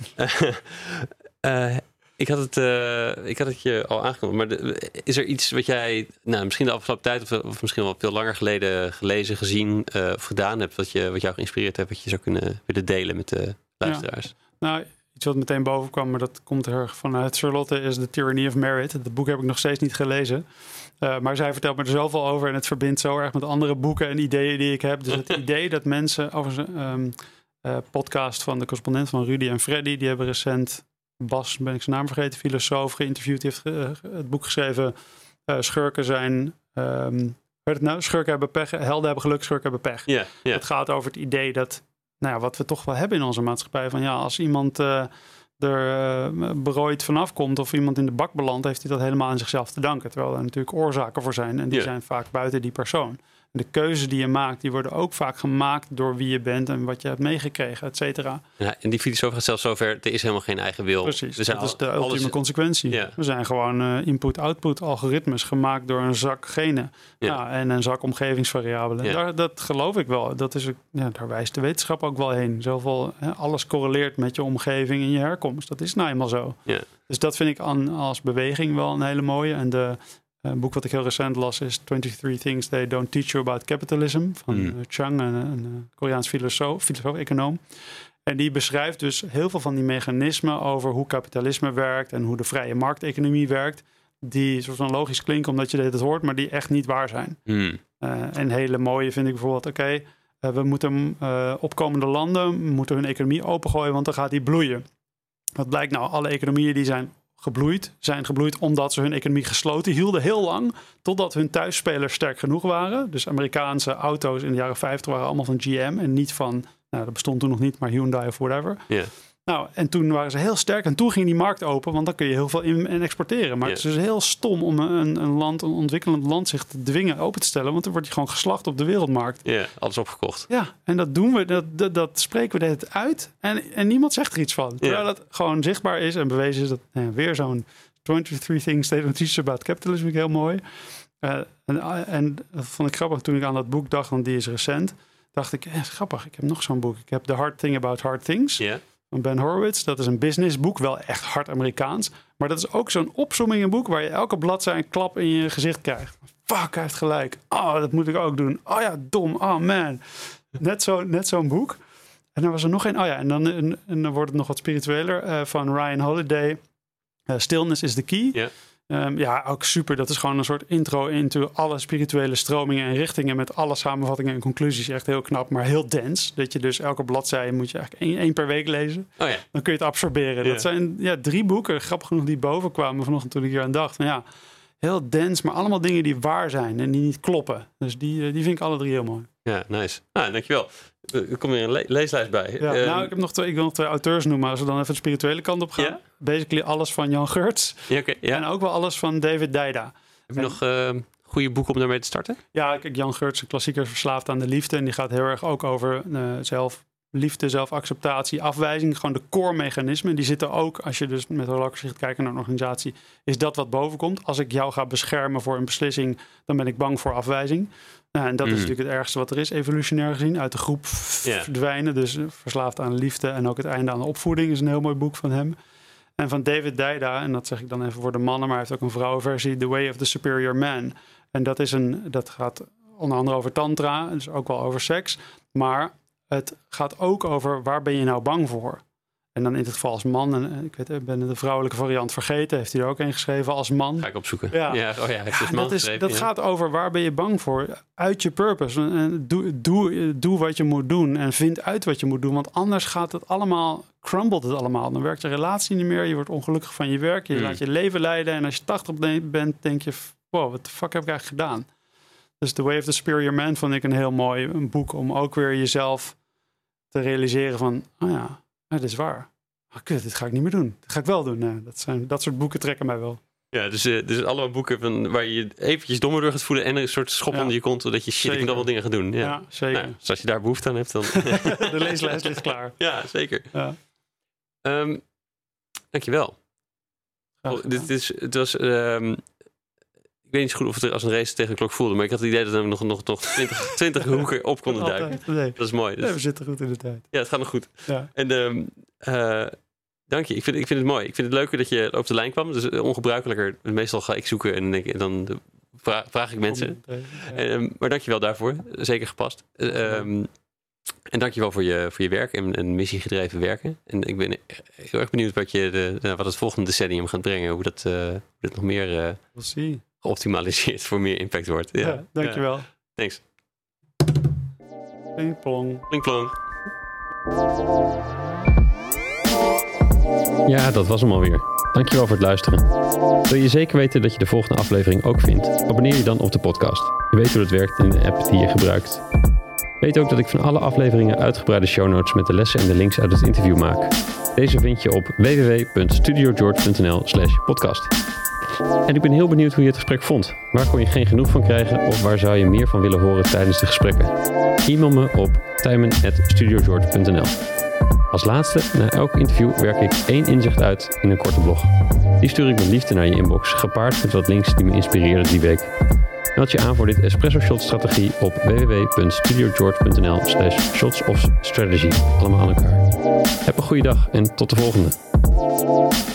Speaker 3: Ik had het je al aangekondigd, maar is er iets wat jij misschien de afgelopen tijd of misschien wel veel langer geleden gelezen, gezien of gedaan hebt, wat jou geïnspireerd heeft, wat je zou kunnen willen delen met de luisteraars?
Speaker 2: Nou, iets wat meteen boven kwam, maar dat komt er vanuit Charlotte, is The Tyranny of Merit. Het boek heb ik nog steeds niet gelezen. Maar zij vertelt me er zoveel over en het verbindt zo erg met andere boeken en ideeën die ik heb. Dus het idee dat mensen over een podcast van de correspondent van Rudy en Freddy, die hebben recent Bas, ben ik zijn naam vergeten, filosoof, geïnterviewd. Die heeft het boek geschreven. Schurken zijn. Schurken hebben pech. Helden hebben geluk, schurken hebben pech. Het gaat over het idee dat, wat we toch wel hebben in onze maatschappij. Van als iemand er berooid vanaf komt of iemand in de bak belandt, heeft hij dat helemaal aan zichzelf te danken. Terwijl er natuurlijk oorzaken voor zijn. En die zijn vaak buiten die persoon. De keuzes die je maakt, die worden ook vaak gemaakt door wie je bent en wat je hebt meegekregen, et cetera.
Speaker 3: Ja, en die filosoof gaat zelfs zover, er is helemaal geen eigen wil.
Speaker 2: Precies, dat is de ultieme consequentie. Ja. We zijn gewoon input-output algoritmes gemaakt door een zak genen en een zak omgevingsvariabelen. Ja. Dat geloof ik wel. Dat is, daar wijst de wetenschap ook wel heen. Zoveel, alles correleert met je omgeving en je herkomst. Dat is nou eenmaal zo. Ja. Dus dat vind ik als beweging wel een hele mooie. En een boek wat ik heel recent las is 23 Things They Don't Teach You About Capitalism van Chang, een Koreaans filosoof-econoom. En die beschrijft dus heel veel van die mechanismen over hoe kapitalisme werkt en hoe de vrije markteconomie werkt. Die soort van logisch klinken omdat je het hoort, maar die echt niet waar zijn. En hele mooie vind ik bijvoorbeeld, we moeten opkomende landen moeten hun economie opengooien, want dan gaat die bloeien. Wat blijkt nou? Alle economieën die zijn gebloeid omdat ze hun economie gesloten hielden heel lang, totdat hun thuisspelers sterk genoeg waren. Dus Amerikaanse auto's in de jaren 50 waren allemaal van GM en niet van, dat bestond toen nog niet, maar Hyundai of whatever. Yeah. Nou, en toen waren ze heel sterk en toen ging die markt open, want dan kun je heel veel in en exporteren. Maar het is dus heel stom om een ontwikkelend land zich te dwingen open te stellen, want dan wordt je gewoon geslacht op de wereldmarkt.
Speaker 3: Ja, alles opgekocht.
Speaker 2: Ja, en dat doen we, dat spreken we het uit en niemand zegt er iets van. Terwijl dat gewoon zichtbaar is en bewezen is dat weer zo'n 23 Things They Don't Teach About Capitalism, vind ik heel mooi. En dat vond ik grappig toen ik aan dat boek dacht, want die is recent. Dacht ik, grappig, ik heb nog zo'n boek. Ik heb The Hard Thing About Hard Things. Yeah. Van Ben Horowitz. Dat is een businessboek, wel echt hard Amerikaans. Maar dat is ook zo'n opzommingenboek waar je elke bladzijde een klap in je gezicht krijgt. Fuck, hij heeft gelijk. Oh, dat moet ik ook doen. Oh ja, dom. Oh man. Net zo'n boek. En er was er nog een. En dan wordt het nog wat spiritueler. Van Ryan Holiday. Stillness is the key. Ja, ook super. Dat is gewoon een soort intro into alle spirituele stromingen en richtingen met alle samenvattingen en conclusies. Echt heel knap, maar heel dense. Dat je dus elke bladzijde moet je eigenlijk één per week lezen. Dan kun je het absorberen. Dat zijn 3 boeken, grappig genoeg, die boven kwamen vanochtend toen ik hier aan dacht. Van heel dense, maar allemaal dingen die waar zijn en die niet kloppen. Dus die vind ik alle 3 heel mooi.
Speaker 3: Ja, nice. Dankjewel. Er komt weer een leeslijst bij.
Speaker 2: Ja, ik wil nog 2 auteurs noemen. Als we dan even de spirituele kant op gaan. Ja? Basically alles van Jan Geurts. En ook wel alles van David Deida.
Speaker 3: Heb je nog goede boeken om daarmee te starten?
Speaker 2: Ja, kijk, Jan Geurts, een klassieker, Verslaafd aan de liefde. En die gaat heel erg ook over zelfliefde, zelfacceptatie, afwijzing. Gewoon de core mechanismen. Die zitten ook, als je dus met holacracy gaat kijken naar een organisatie, is dat wat boven komt. Als ik jou ga beschermen voor een beslissing, dan ben ik bang voor afwijzing. En dat is natuurlijk het ergste wat er is, evolutionair gezien. Uit de groep verdwijnen. Dus Verslaafd aan de liefde en ook Het einde aan de opvoeding is een heel mooi boek van hem. En van David Deida, en dat zeg ik dan even voor de mannen, maar hij heeft ook een vrouwenversie, The Way of the Superior Man. En dat gaat onder andere over tantra, dus ook wel over seks. Maar het gaat ook over waar ben je nou bang voor? En dan in dit geval als man. En ik ben de vrouwelijke variant vergeten. Heeft hij er ook een geschreven als man.
Speaker 3: Ga ik opzoeken.
Speaker 2: Dat gaat over waar ben je bang voor. Uit je purpose. En doe wat je moet doen. En vind uit wat je moet doen. Want anders gaat het allemaal, crumbled het allemaal. Dan werkt je relatie niet meer. Je wordt ongelukkig van je werk. Je laat je leven leiden. En als je 80 bent, denk je, wow, wat de fuck heb ik eigenlijk gedaan? Dus The Way of the Superior Man vond ik een heel mooi boek. Om ook weer jezelf te realiseren van, dit is waar. Kut, dit ga ik niet meer doen. Dat ga ik wel doen. Dat soort boeken trekken mij wel.
Speaker 3: Ja, dus allemaal boeken waar je eventjes dommer door gaat voelen en een soort schop onder je kont, zodat je ik moet allemaal dingen gaan doen.
Speaker 2: Ja, zeker.
Speaker 3: Dus als je daar behoefte aan hebt, dan...
Speaker 2: De leeslijst ligt klaar.
Speaker 3: Ja, zeker. Ja. Dankjewel. Het was... ik weet niet zo goed of het er als een race tegen de klok voelde, maar ik had het idee dat we nog 20 hoeken op konden duiken. Nee. Dat is mooi. Dus...
Speaker 2: we zitten goed in de tijd.
Speaker 3: Ja, het gaat nog goed. Ja. En dank je. Ik vind het mooi. Ik vind het leuker dat je op de lijn kwam. Dus ongebruikelijker. Meestal ga ik zoeken en dan vraag ik mensen. Maar dank je wel daarvoor. Zeker gepast. En dank je wel voor je werk en missiegedreven werken. En ik ben heel erg benieuwd wat het volgende decennium gaat brengen. Hoe dat nog meer geoptimaliseerd voor meer impact wordt.
Speaker 2: Ja, dank je wel.
Speaker 3: Thanks.
Speaker 2: Pling plong.
Speaker 3: Pling plong.
Speaker 1: Ja, dat was hem alweer. Dankjewel voor het luisteren. Wil je zeker weten dat je de volgende aflevering ook vindt? Abonneer je dan op de podcast. Je weet hoe dat werkt in de app die je gebruikt. Weet ook dat ik van alle afleveringen uitgebreide show notes met de lessen en de links uit het interview maak. Deze vind je op www.studiogeorge.nl/podcast. En ik ben heel benieuwd hoe je het gesprek vond. Waar kon je geen genoeg van krijgen of waar zou je meer van willen horen tijdens de gesprekken? E-mail me op tijmen@studiogeorge.nl. Als laatste, na elk interview werk ik 1 inzicht uit in een korte blog. Die stuur ik met liefde naar je inbox, gepaard met wat links die me inspireerden die week. Meld je aan voor dit Espresso Shot strategie op www.studiogeorge.nl/shots of strategy. Allemaal aan elkaar. Heb een goede dag en tot de volgende.